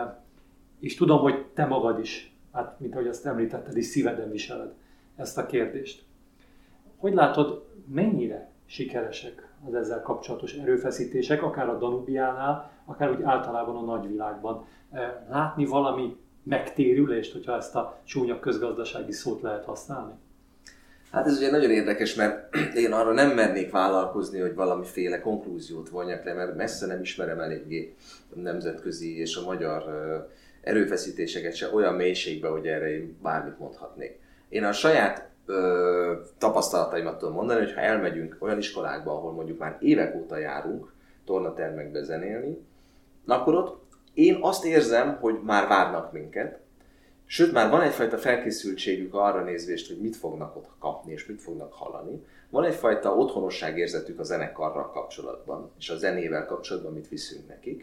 és tudom, hogy te magad is, hát mint ahogy azt említetted, is szíveden viseled ezt a kérdést. Hogy látod, mennyire sikeresek az ezzel kapcsolatos erőfeszítések, akár a Danubiánál, akár úgy általában a nagyvilágban? Látni valami megtérülést, hogyha ezt a csúnya közgazdasági szót lehet használni? Hát ez ugye nagyon érdekes, mert én arra nem mernék vállalkozni, hogy valamiféle konklúziót vonjak le, mert messze nem ismerem eléggé a nemzetközi és a magyar erőfeszítéseket se olyan mélységbe, hogy erre én bármit mondhatnék. Én a saját tapasztalataimat tudom mondani, hogy ha elmegyünk olyan iskolákba, ahol mondjuk már évek óta járunk tornatermekbe zenélni, akkor ott én azt érzem, hogy már várnak minket, sőt már van egyfajta felkészültségük arra nézvést, hogy mit fognak ott kapni és mit fognak hallani. Van egyfajta otthonosságérzetük a zenekarral kapcsolatban, és a zenével kapcsolatban mit viszünk nekik.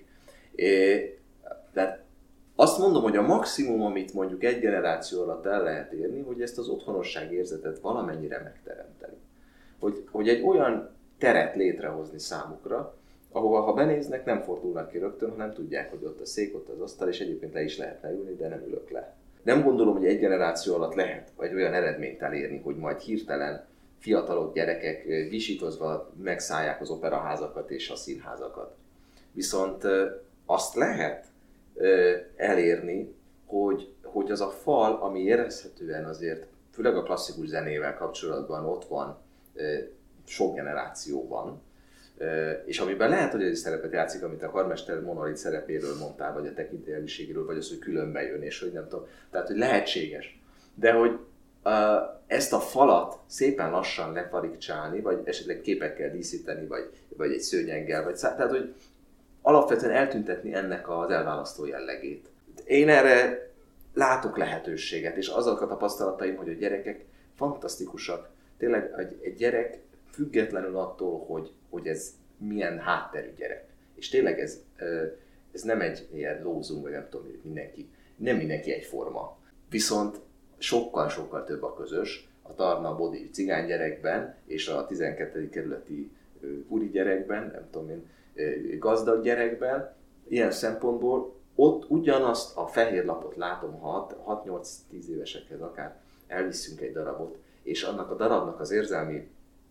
De azt mondom, hogy a maximum, amit mondjuk egy generáció alatt el lehet érni, hogy ezt az otthonosságérzetet valamennyire megteremteni. Hogy egy olyan teret létrehozni számukra, ahova ha benéznek, nem fordulnak ki rögtön, hanem tudják, hogy ott a szék, ott az asztal, és egyébként le is lehetne ülni, de nem ülök le. Nem gondolom, hogy egy generáció alatt lehet egy olyan eredményt elérni, hogy majd hirtelen fiatalok, gyerekek visítozva megszállják az operaházakat és a színházakat. Viszont azt lehet elérni, hogy az a fal, ami érezhetően azért, főleg a klasszikus zenével kapcsolatban ott van sok generációban, és amiben lehet, hogy egy szerepet játszik, amit a karmester monolit szerepéről mondtál, vagy a tekintélyeliségéről, vagy az, hogy külön bejön, és hogy nem tudom. Tehát, hogy lehetséges. De hogy ezt a falat szépen lassan lefarigcsálni, vagy esetleg képekkel díszíteni, vagy egy szőnyeggel, tehát, hogy alapvetően eltüntetni ennek az elválasztó jellegét. Én erre látok lehetőséget, és azok a tapasztalataim, hogy a gyerekek fantasztikusak. Tényleg egy gyerek függetlenül attól, hogy ez milyen hátterű gyerek. És tényleg ez nem egy ilyen lózunk, vagy nem tudom, hogy nem mindenki egyforma. Viszont sokkal-sokkal több a közös a Tarna Bodi cigány gyerekben, és a 12. kerületi uri gyerekben, nem tudom én, gazdag gyerekben. Ilyen szempontból ott ugyanazt a fehér lapot látom, ha 6-8-10 évesekhez akár elviszünk egy darabot, és annak a darabnak az érzelmi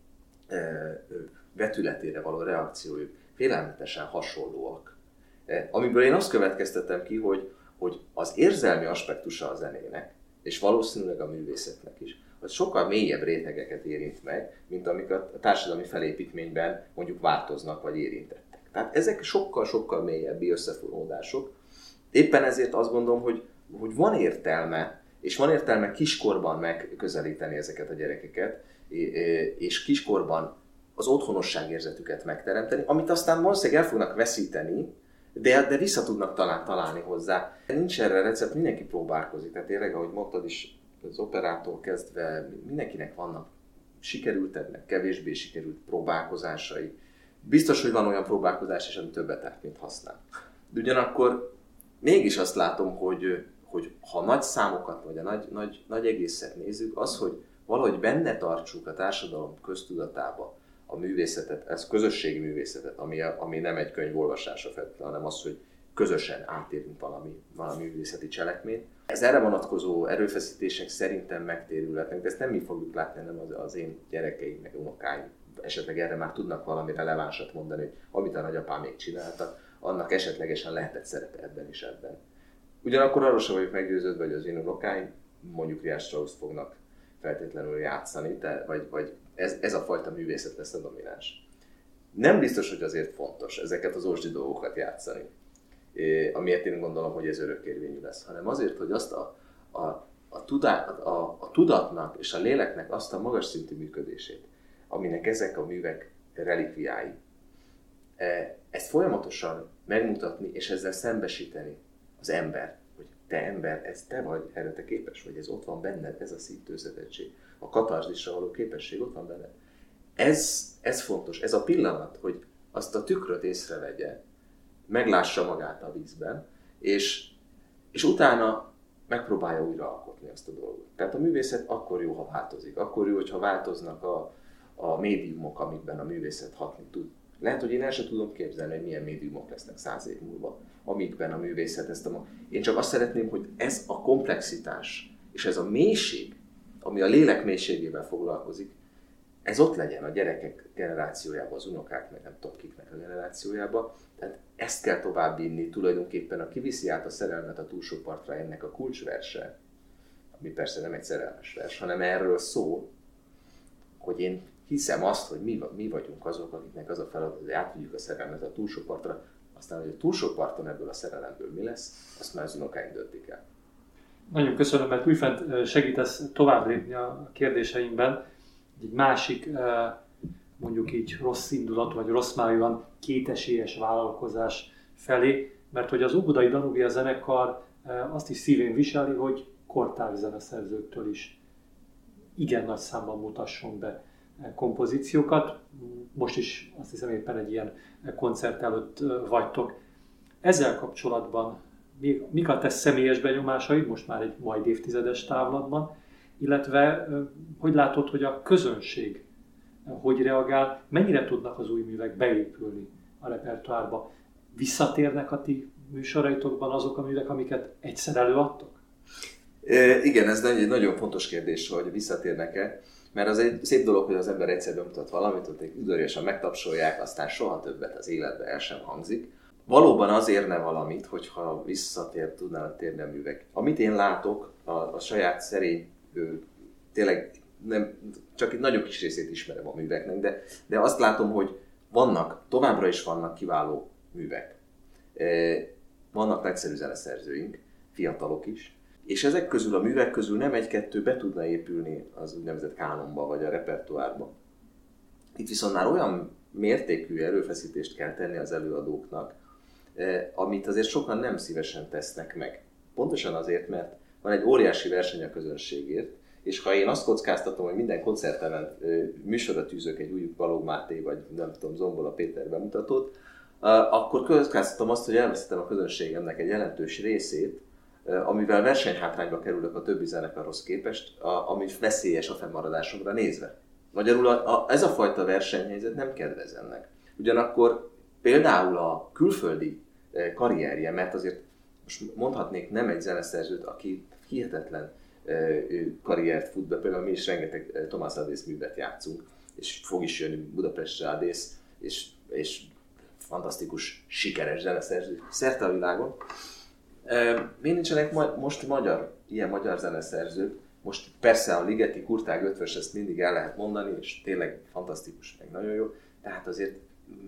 vetületére való reakciójuk félelmetesen hasonlóak. Amiből én azt következtettem ki, hogy az érzelmi aspektusa a zenének, és valószínűleg a művészetnek is, az sokkal mélyebb rétegeket érint meg, mint amik a társadalmi felépítményben mondjuk változnak vagy érintettek. Tehát ezek sokkal-sokkal mélyebbi összefonódások. Éppen ezért azt gondolom, hogy van értelme, és van értelme kiskorban megközelíteni ezeket a gyerekeket, és kiskorban az otthonosságérzetüket megteremteni, amit aztán valószínűleg el fognak veszíteni, de vissza tudnak találni hozzá. Nincs erre recept, mindenki próbálkozik. Tehát tényleg, ahogy mondtad is, az operától kezdve mindenkinek vannak sikerültebbnek, kevésbé sikerült próbálkozásai. Biztos, hogy van olyan próbálkozás is, ami többet árt, mint használ. De ugyanakkor mégis azt látom, hogy ha nagy számokat vagy a nagy egészet nézzük, az, hogy valahogy benne tartsuk a társadalom köztudatába a művészetet, ez közösségi művészetet, ami nem egy könyv olvasása feltétlenül, hanem az, hogy közösen átérünk valami művészeti cselekményt. Ez erre vonatkozó erőfeszítések szerintem megtérülhetnek, de ezt nem mi fogjuk látni, hanem az én gyerekeim, meg unokáim. Esetleg erre már tudnak valami relevánsat mondani, hogy amit a nagyapámék csináltak, annak esetlegesen lehetett szerepe ebben is ebben. Ugyanakkor arról sem vagyok meggyőződve, hogy az én unokáim mondjuk Richard Strauss-t fognak feltétlenül játszani, vagy ez a fajta művészet lesz a domináns. Nem biztos, hogy azért fontos ezeket az ósdi dolgokat játszani, amiért én gondolom, hogy ez örökérvényű lesz, hanem azért, hogy azt a tudatnak és a léleknek azt a magas szintű működését, aminek ezek a művek relikviái, ezt folyamatosan megmutatni és ezzel szembesíteni az ember, hogy te ember, ez te vagy, erre te képes vagy, ez ott van benned, ez a szívtőzetettség, a katarzisra való képesség ott van benned. Ez fontos, ez a pillanat, hogy azt a tükröt észrevegye, meglássa magát a vízben, és utána megpróbálja újra alkotni azt a dolgot. Tehát a művészet akkor jó, ha változik, akkor jó, hogyha változnak a médiumok, amikben a művészet hatni tud. Lehet, hogy én el sem tudom képzelni, hogy milyen médiumok lesznek 100 év múlva, amikben a művészet Én csak azt szeretném, hogy ez a komplexitás és ez a mélység, ami a lélek mélységével foglalkozik, ez ott legyen a gyerekek generációjában, az unokák, meg nem tudom kiknek a generációjában. Tehát ezt kell továbbvinni, tulajdonképpen a kiviszi át a szerelmet a túlsó partra ennek a kulcsverse, ami persze nem egy szerelmes vers, hanem erről szól, hogy én hiszem azt, hogy mi vagyunk azok, akiknek az a feladat, hogy átvigyük a szerelmet a túlsó partra, aztán, hogy a túlsó parton ebből a szerelemből mi lesz, azt már az unokáink döntik el. Nagyon köszönöm, mert újfent segítesz tovább lépni a kérdéseimben. Egy másik, mondjuk így rossz indulat, vagy rossz májúan kétesélyes vállalkozás felé, mert hogy az Óbudai Danubia zenekar azt is szívén viseli, hogy kortárs zeneszerzőktől is igen nagy számban mutasson be kompozíciókat. Most is azt hiszem éppen egy ilyen koncert előtt vagytok. Ezzel kapcsolatban mik a te személyes benyomásaid, most már egy majd évtizedes távlatban, illetve hogy látod, hogy a közönség hogy reagál, mennyire tudnak az új művek beépülni a repertoárba? Visszatérnek a ti műsoraitokban azok a művek, amiket egyszer előadtok? Igen, ez egy nagyon fontos kérdés, hogy visszatérnek-e, mert az egy szép dolog, hogy az ember egyszer bemutat valamit, hogy udvariasan megtapsolják, aztán soha többet az életbe el sem hangzik. Valóban az érne valamit, hogyha tudnának térni a művek. Amit én látok, a saját szerény, tényleg nem, csak egy nagyon kis részét ismerem a műveknek, de azt látom, hogy továbbra is vannak kiváló művek. Vannak nagyszerű zeneszerzőink, fiatalok is, és ezek közül a művek közül nem egy-kettő be tudna épülni az úgynevezett kánonba vagy a repertoárba. Itt viszont már olyan mértékű erőfeszítést kell tenni az előadóknak, amit azért sokan nem szívesen tesznek meg. Pontosan azért, mert van egy óriási verseny a közönségért, és ha én azt kockáztatom, hogy minden koncertemen műsorra tűzök egy új Balogh Máté vagy nem tudom, Zombola Péter bemutatót, akkor kockáztatom azt, hogy elveszítem a közönségemnek egy jelentős részét, amivel versenyhátrányba kerülök a többi zenekarhoz képest, ami veszélyes a fennmaradásomra nézve. Magyarul ez a fajta versenyhelyzet nem kedvez ennek. Ugyanakkor például a külföldi karrierje, mert azért most mondhatnék nem egy zeneszerzőt, aki hihetetlen karriert fut be, például mi is rengeteg Thomas Adész művet játszunk, és fog is jönni Budapestre Adész, és fantasztikus, sikeres zeneszerző szerte a világon. Miért nincsenek most ilyen magyar zeneszerzők? Most persze a Ligeti, Kurtág, Ötvös, ezt mindig el lehet mondani, és tényleg fantasztikus, meg nagyon jó. Tehát azért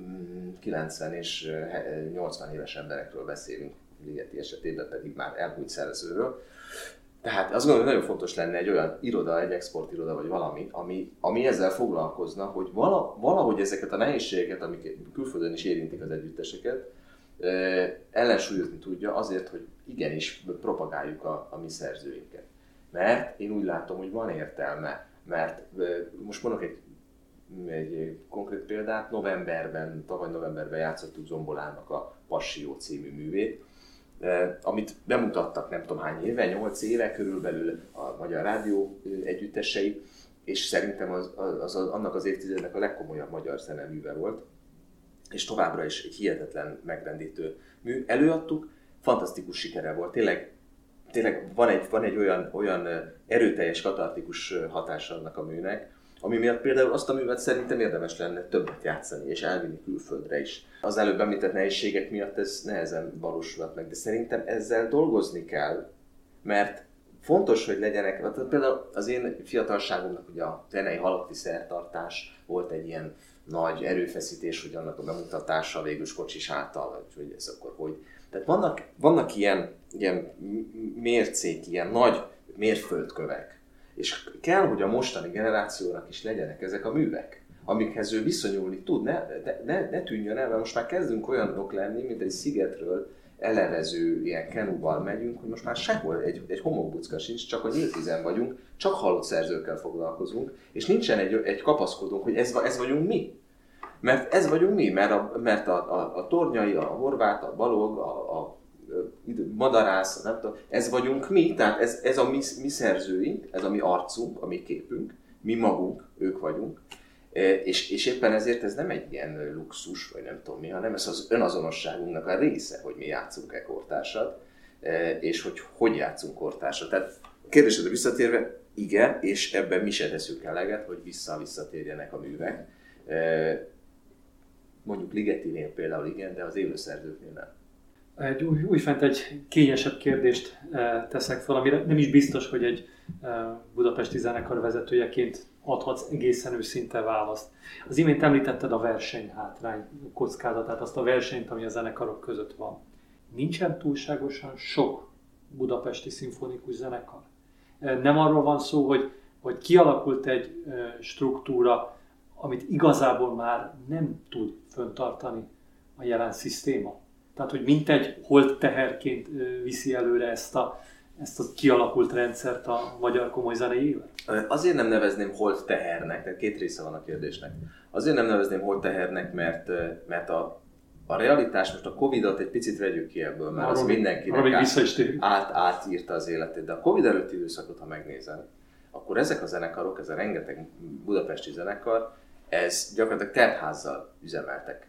90 és 80 éves emberekről beszélünk, Ligeti esetében pedig már elhúnyt szerzőről. Tehát azt gondolom, hogy nagyon fontos lenne egy olyan iroda, egy exportiroda vagy valami, ami ezzel foglalkozna, hogy valahogy ezeket a nehézségeket, amik külföldön is érintik az együtteseket, ellensúlyozni tudja azért, hogy igenis propagáljuk a mi szerzőinket. Mert én úgy látom, hogy van értelme, mert most mondok egy konkrét példát, tavaly novemberben játszottuk Zombolának a Passió című művét, amit bemutattak nem tudom hány éve, 8 éve körülbelül a Magyar Rádió együttesei, és szerintem annak az évtizednek a legkomolyabb magyar zeneműve volt, és továbbra is egy hihetetlen megrendítő mű. Előadtuk, fantasztikus sikere volt, tényleg van egy olyan erőteljes, katartikus hatása annak a műnek, ami miatt például azt a művet szerintem érdemes lenne többet játszani, és elvinni külföldre is. Az előbb említett nehézségek miatt ez nehezen valósulhat meg, de szerintem ezzel dolgozni kell, mert fontos, hogy legyenek, például az én fiatalságomnak ugye a zenei halakti szertartás volt egy ilyen nagy erőfeszítés, hogy annak a bemutatása végül Kocsis által, hogy ez akkor hogy. Tehát vannak ilyen mércék, ilyen nagy mérföldkövek, és kell, hogy a mostani generációnak is legyenek ezek a művek, amikhez ő viszonyulni tud, ne tűnjön el, mert most már kezdünk olyanok lenni, mint egy szigetről elevező ilyen kenúval megyünk, hogy most már sehol egy homokbucka sincs, csak a nyíltvízen vagyunk, csak halott szerzőkkel foglalkozunk, és nincsen egy kapaszkodónk, hogy ez vagyunk mi. Mert ez vagyunk mi, mert a Tornyai, a Horváth, a Balog, a Madarász, nem tudom, ez vagyunk mi, tehát ez a mi szerzőink, ez a mi arcunk, a mi képünk, mi magunk, ők vagyunk, és éppen ezért ez nem egy ilyen luxus, vagy nem tudom mi, hanem ez az önazonosságunknak a része, hogy mi játszunk-e kortársat, és hogy játszunk kortársat. Tehát a kérdésedre visszatérve, igen, és ebben mi se teszünk eleget, hogy visszatérjenek a művek. Mondjuk Ligetinél például igen, de az élőszerzőknél nem. Újfent egy kényesebb kérdést teszek fel, amire nem is biztos, hogy egy budapesti zenekar vezetőjeként adhatsz egészen őszinte választ. Az imént említetted a versenyhátrány kockázatát, azt a versenyt, ami a zenekarok között van. Nincsen túlságosan sok budapesti szimfonikus zenekar. Nem arról van szó, hogy kialakult egy struktúra, amit igazából már nem tud föntartani a jelen szisztéma. Tehát, hogy mintegy holtteherként viszi előre ezt a kialakult rendszert a magyar komoly zenei élet? Azért nem nevezném holttehernek, tehát két része van a kérdésnek. Azért nem nevezném holttehernek, mert a realitás, most a Covid-ot egy picit vegyük ki ebből, mert az mindenkinek átírta az életét. De a Covid előtti időszakot, ha megnézem, akkor ezek a zenekarok, ez a rengeteg budapesti zenekar, ez gyakorlatilag teltházzal üzemeltek.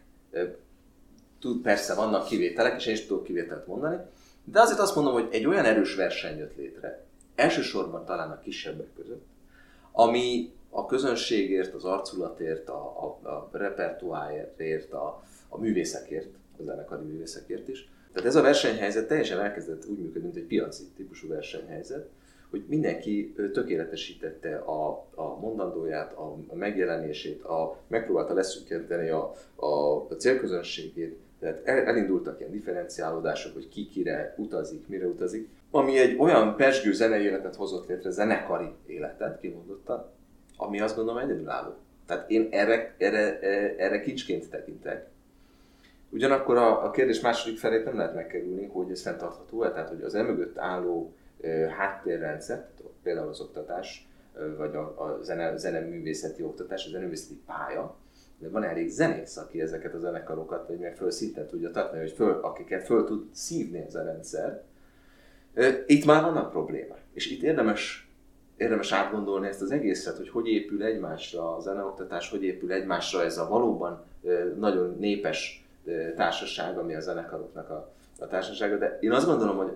Persze vannak kivételek, és én is tudok kivételt mondani, de azért azt mondom, hogy egy olyan erős verseny jött létre, elsősorban talán a kisebbek között, ami a közönségért, az arculatért, a repertoárért, a művészekért, a zenekari művészekért is. Tehát ez a versenyhelyzet teljesen elkezdett úgy működni, mint egy piaci típusú versenyhelyzet, hogy mindenki tökéletesítette a mondandóját, a megjelenését, megpróbálta leszűkíteni a célközönségét, tehát elindultak ilyen differenciálódások, hogy ki kire utazik, mire utazik, ami egy olyan pezsgő zenei életet hozott létre, zenekari életet kimondottan, ami azt gondolom egyedülálló. Tehát én erre kincsként tekintek. Ugyanakkor a kérdés második felét nem lehet megkerülni, hogy ez fenntartható-e, tehát hogy az emögött álló háttérrendszer, például az oktatás, vagy a zeneművészeti oktatás, a zeneművészeti pálya, de van elég zenész, aki ezeket a zenekarokat, vagy meg föl szinten tudja tartani, akiket föl tud szívni ez a rendszer. Itt már vannak problémák, és itt érdemes átgondolni ezt az egészet, hogy épül egymásra a zeneoktatás, hogy épül egymásra ez a valóban nagyon népes társaság, ami a zenekaroknak a társasága, de én azt gondolom, hogy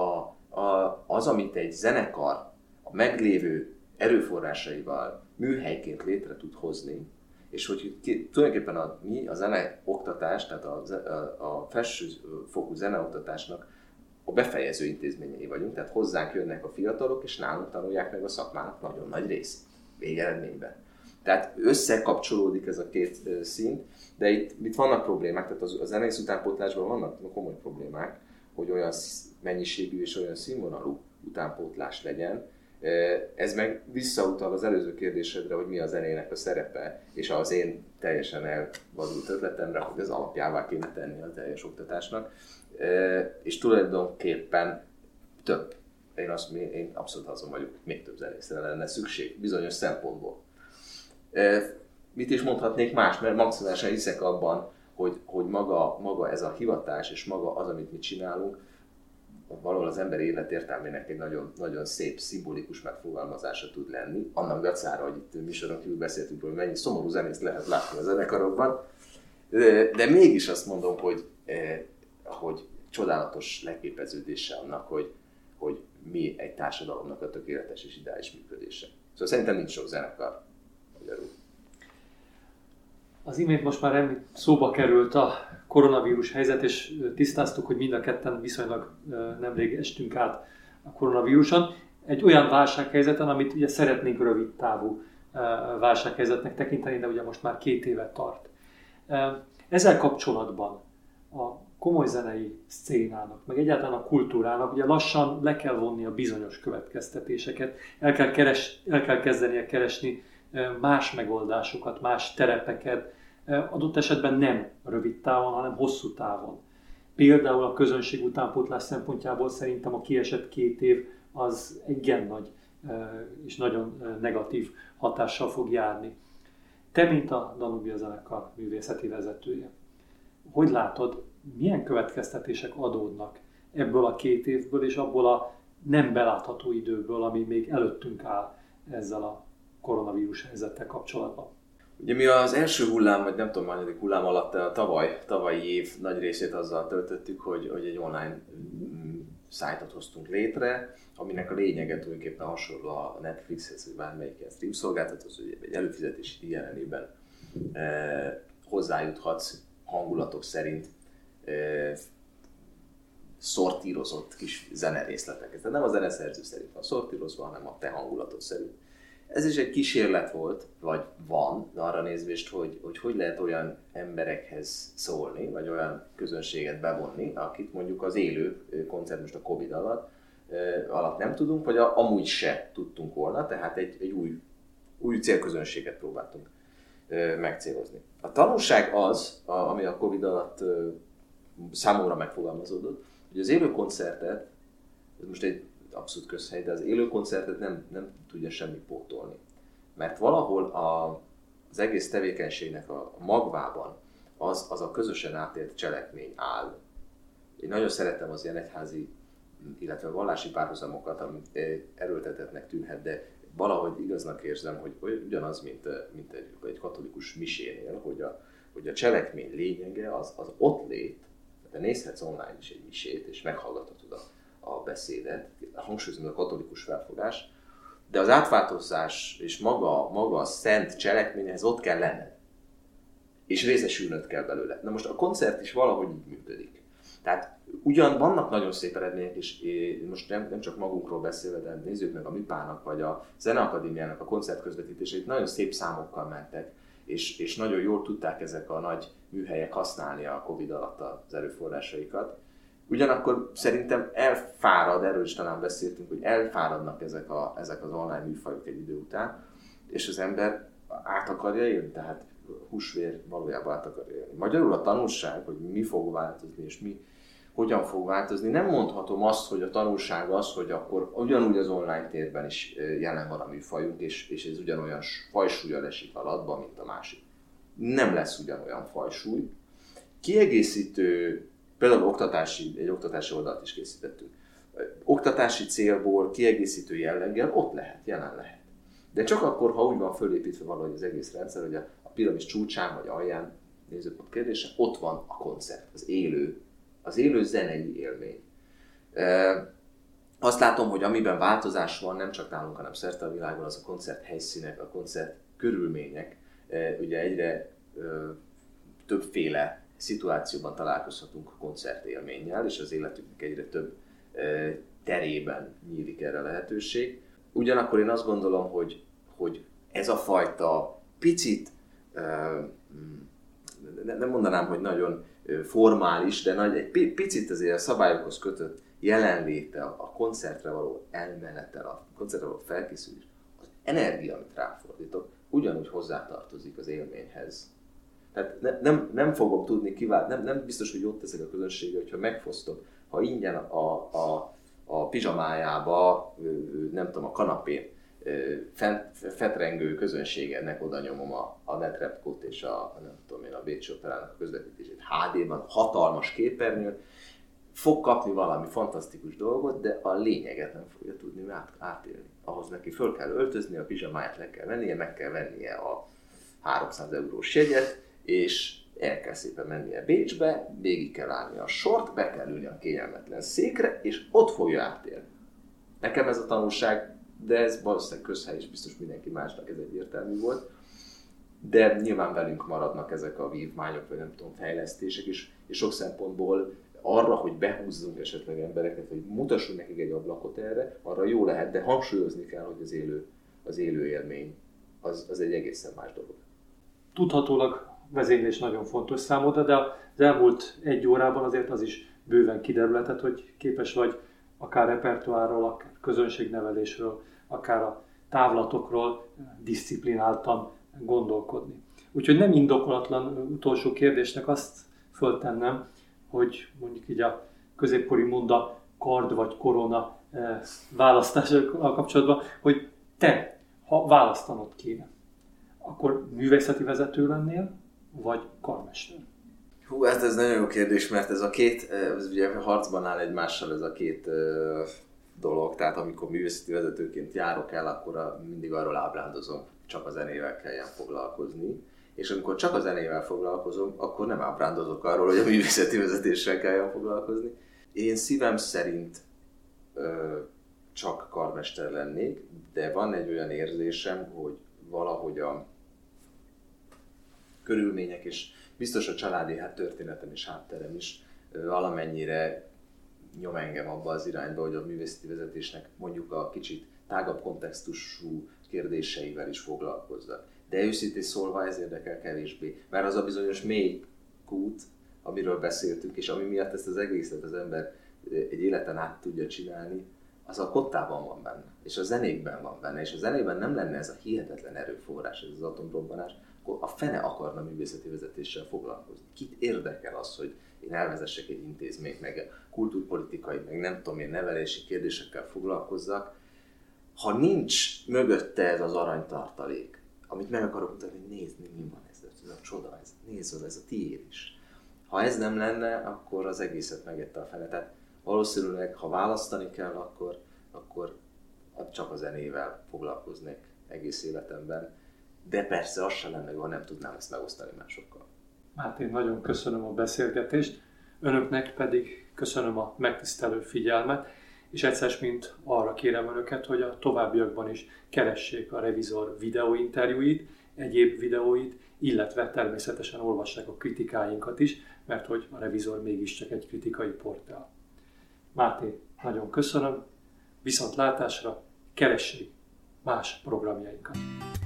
az, amit egy zenekar a meglévő erőforrásaival műhelyként létre tud hozni, és hogy tulajdonképpen a zeneoktatás, tehát a felsőfokú zeneoktatásnak a befejező intézményei vagyunk, tehát hozzánk jönnek a fiatalok, és nálunk tanulják meg a szakmának nagyon nagy részt végeredményben. Tehát összekapcsolódik ez a két szint, de itt vannak problémák, tehát a zenész utánpótlásban vannak komoly problémák, hogy olyan mennyiségű és olyan színvonalú utánpótlás legyen. Ez meg visszautal az előző kérdésedre, hogy mi a zenének a szerepe, és az én teljesen elvadult ötletemre, hogy az alapjává kéne tenni a teljes oktatásnak. És tulajdonképpen több. Én abszolút azon vagyok, még több zenészre lenne szükség, bizonyos szempontból. Mit is mondhatnék más, mert maximálisan hiszek abban, hogy maga ez a hivatás és maga az, amit mi csinálunk, valahol az ember életértelmének egy nagyon, nagyon szép, szimbolikus megfogalmazása tud lenni. Annak dacára, hogy itt műsoron kívül beszéltünk, hogy mennyi szomorú zenészt lehet látni a zenekarokban. De mégis azt mondom, hogy csodálatos leképeződése annak, hogy mi egy társadalomnak a tökéletes és ideális működése. Szóval szerintem nincs sok zenekar magyarul. Az imént most már szóba került a koronavírus helyzet, és tisztáztuk, hogy mind a ketten viszonylag nemrég estünk át a koronavíruson. Egy olyan válsághelyzeten, amit ugye szeretnénk rövid távú válsághelyzetnek tekinteni, de ugye most már 2 éve tart. Ezzel kapcsolatban a komoly zenei szcénának, meg egyáltalán a kultúrának ugye lassan le kell vonni a bizonyos következtetéseket, el kell kezdenie keresni más megoldásokat, más terepeket, adott esetben nem rövid távon, hanem hosszú távon. Például a közönség utánpótlás szempontjából szerintem a kiesett 2 év az igen nagy és nagyon negatív hatással fog járni. Te, mint a Danubia zenekar művészeti vezetője, hogy látod, milyen következtetések adódnak ebből a 2 évből és abból a nem belátható időből, ami még előttünk áll ezzel a koronavírus helyzettel kapcsolatban? Ugye mi az első hullám, vagy nem tudom, mányadik hullám alatt a tavalyi év nagy részét azzal töltöttük, hogy egy online szájtot hoztunk létre, aminek a lényege tulajdonképpen hasonló a Netflixhez, vagy bármelyik ilyen stream szolgáltatóhoz, hogy egy előfizetési díj ellenében hozzájuthatsz hangulatok szerint szortírozott kis zenerészleteket. Tehát nem a zeneszerző szerint van szortírozva, hanem a te hangulatod szerint. Ez is egy kísérlet volt, vagy van, arra nézvést, hogy lehet olyan emberekhez szólni, vagy olyan közönséget bevonni, akit mondjuk az élő koncert most a Covid alatt nem tudunk, vagy amúgy se tudtunk volna, tehát egy új célközönséget próbáltunk megcélozni. A tanulság az, ami a Covid alatt számomra megfogalmazódott, hogy az élő koncertet, ez most egy abszolút közhely, de az élő koncertet nem tudja semmi pótolni. Mert valahol az egész tevékenységnek a magvában az a közösen átélt cselekmény áll. Én nagyon szeretem az ilyen egyházi, illetve vallási párhuzamokat, amit erőltetettnek tűnhet, de valahogy igaznak érzem, hogy ugyanaz, mint egy katolikus misénél, hogy a cselekmény lényege az ott lét, de nézhetsz online is egy misét, és meghallgathatod a beszédet, hangsúlyozom a katolikus felfogás, de az átváltozás és maga a szent cselekményhez ott kell lenned, és részesülnöd kell belőle. Na most a koncert is valahogy így működik. Tehát ugyan vannak nagyon szép eredmények, és most nem csak magunkról beszélve, de nézzük meg a Műpának, vagy a Zeneakadémiának a koncertközvetítéseit, nagyon szép számokkal mentek, és nagyon jól tudták ezek a nagy műhelyek használni a Covid alatt az erőforrásaikat. Ugyanakkor szerintem elfárad, erről is talán beszéltünk, hogy elfáradnak ezek az online műfajok egy idő után, és az ember át akarja élni, tehát húsvér valójában át akarja élni. Magyarul a tanulság, hogy mi fog változni, és mi hogyan fog változni, nem mondhatom azt, hogy a tanulság az, hogy akkor ugyanúgy az online térben is jelen van a műfajunk, és ez ugyanolyan fajsúllyal esik alatba, mint a másik. Nem lesz ugyanolyan fajsúly. Kiegészítő, például egy oktatási oldalt is készítettünk. Oktatási célból, kiegészítő jelleggel ott lehet, jelen lehet. De csak akkor, ha úgy van fölépítve valahogy az egész rendszer, hogy a piramis csúcsán vagy alján, nézőpont kérdése, ott van a koncert, az élő zenei élmény. Azt látom, hogy amiben változás van, nem csak nálunk, hanem szerte a világon, az a koncert helyszínek, a koncert körülmények. Ugye egyre többféle szituációban találkozhatunk a koncertélménnyel, és az életünknek egyre több terében nyílik erre a lehetőség. Ugyanakkor én azt gondolom, hogy ez a fajta picit, nem mondanám, hogy nagyon formális, de egy picit azért a szabályokhoz kötött jelenléte, a koncertre való elmenetel, a koncertre való felkészülés, az energia, amit ráfordítok, ugyanúgy hozzátartozik az élményhez. Tehát nem fogom tudni kiváltani, nem biztos, hogy jót teszek a közönségre, hogyha megfosztok, ha ingyen a pizsamájába, nem tudom, a kanapén fetrengő közönségednek oda nyomom a Netrepkót és a Bécsi Operának a közvetítését HD-ban, hatalmas képernyőn, fog kapni valami fantasztikus dolgot, de a lényeget nem fogja tudni átélni. Ahhoz neki föl kell öltözni, a pizsamáját le kell vennie, meg kell vennie a 300 eurós jegyet, és el kell szépen mennie Bécsbe, végig kell állni a sort, be kell ülni a kényelmetlen székre, és ott fogja átélni. Nekem ez a tanulság, de ez valószínűleg közhely, és biztos mindenki másnak ez egyértelmű volt. De nyilván velünk maradnak ezek a vívmányok, vagy nem tudom, fejlesztések is, és sok szempontból arra, hogy behúzzunk esetleg embereket, vagy mutassunk nekik egy ablakot erre, arra jó lehet, de hangsúlyozni kell, hogy az élő élmény az egy egészen más dolog. Tudhatólag vezénylés nagyon fontos számodra, de az elmúlt 1 órában azért az is bőven kiderülhetett, hogy képes vagy akár repertoárról, akár közönségnevelésről, akár a távlatokról diszciplináltan gondolkodni. Úgyhogy nem indokolatlan utolsó kérdésnek azt föltennem, hogy mondjuk így a középkori monda kard vagy korona választással kapcsolatban, hogy te, ha választanod kéne, akkor művészeti vezető lennél, vagy karmester? Hú, ez nagyon jó kérdés, mert ez a két, ez ugye harcban áll egymással ez a két dolog, tehát amikor művészeti vezetőként járok el, akkor mindig arról ábrándozom, csak a zenével kelljen foglalkozni, és amikor csak a zenével foglalkozom, akkor nem ábrándozok arról, hogy a művészeti vezetéssel kelljen foglalkozni. Én szívem szerint csak karmester lennék, de van egy olyan érzésem, hogy valahogy a körülmények és biztos a családi történetem és hátterem is valamennyire nyom engem abba az irányba, hogy a művészeti vezetésnek mondjuk a kicsit tágabb kontextusú kérdéseivel is foglalkozzak. De őszintén szólva ez érdekel kevésbé, mert az a bizonyos mély kút, amiről beszéltünk, és ami miatt ezt az egészet az ember egy életen át tudja csinálni, az a kottában van benne, és a zenékben van benne, és a zenében nem lenne ez a hihetetlen erőforrás, ez az atomrobbanás, akkor a fene akarna művészeti vezetéssel foglalkozni. Kit érdekel az, hogy én elvezessek egy intézményt, meg kultúrpolitikai, meg nem tudom én nevelési kérdésekkel foglalkozzak, ha nincs mögötte ez az aranytartalék, amit meg akarok mutatni, hogy nézd, mi van ez a csoda, nézd, ez a tiéd is. Ha ez nem lenne, akkor az egészet megette a fene. Tehát valószínűleg, ha választani kell, akkor csak a zenével foglalkoznék egész életemben. De persze az sem lenne jó, ha nem tudnám ezt megosztani másokkal. Máté, nagyon köszönöm a beszélgetést, önöknek pedig köszönöm a megtisztelő figyelmet, és egyszer mint arra kérem önöket, hogy a továbbiakban is keressék a Revizor videóinterjúit, egyéb videóit, illetve természetesen olvassák a kritikáinkat is, mert hogy a Revizor mégiscsak egy kritikai portál. Máté, nagyon köszönöm, viszontlátásra, keressék más programjainkat!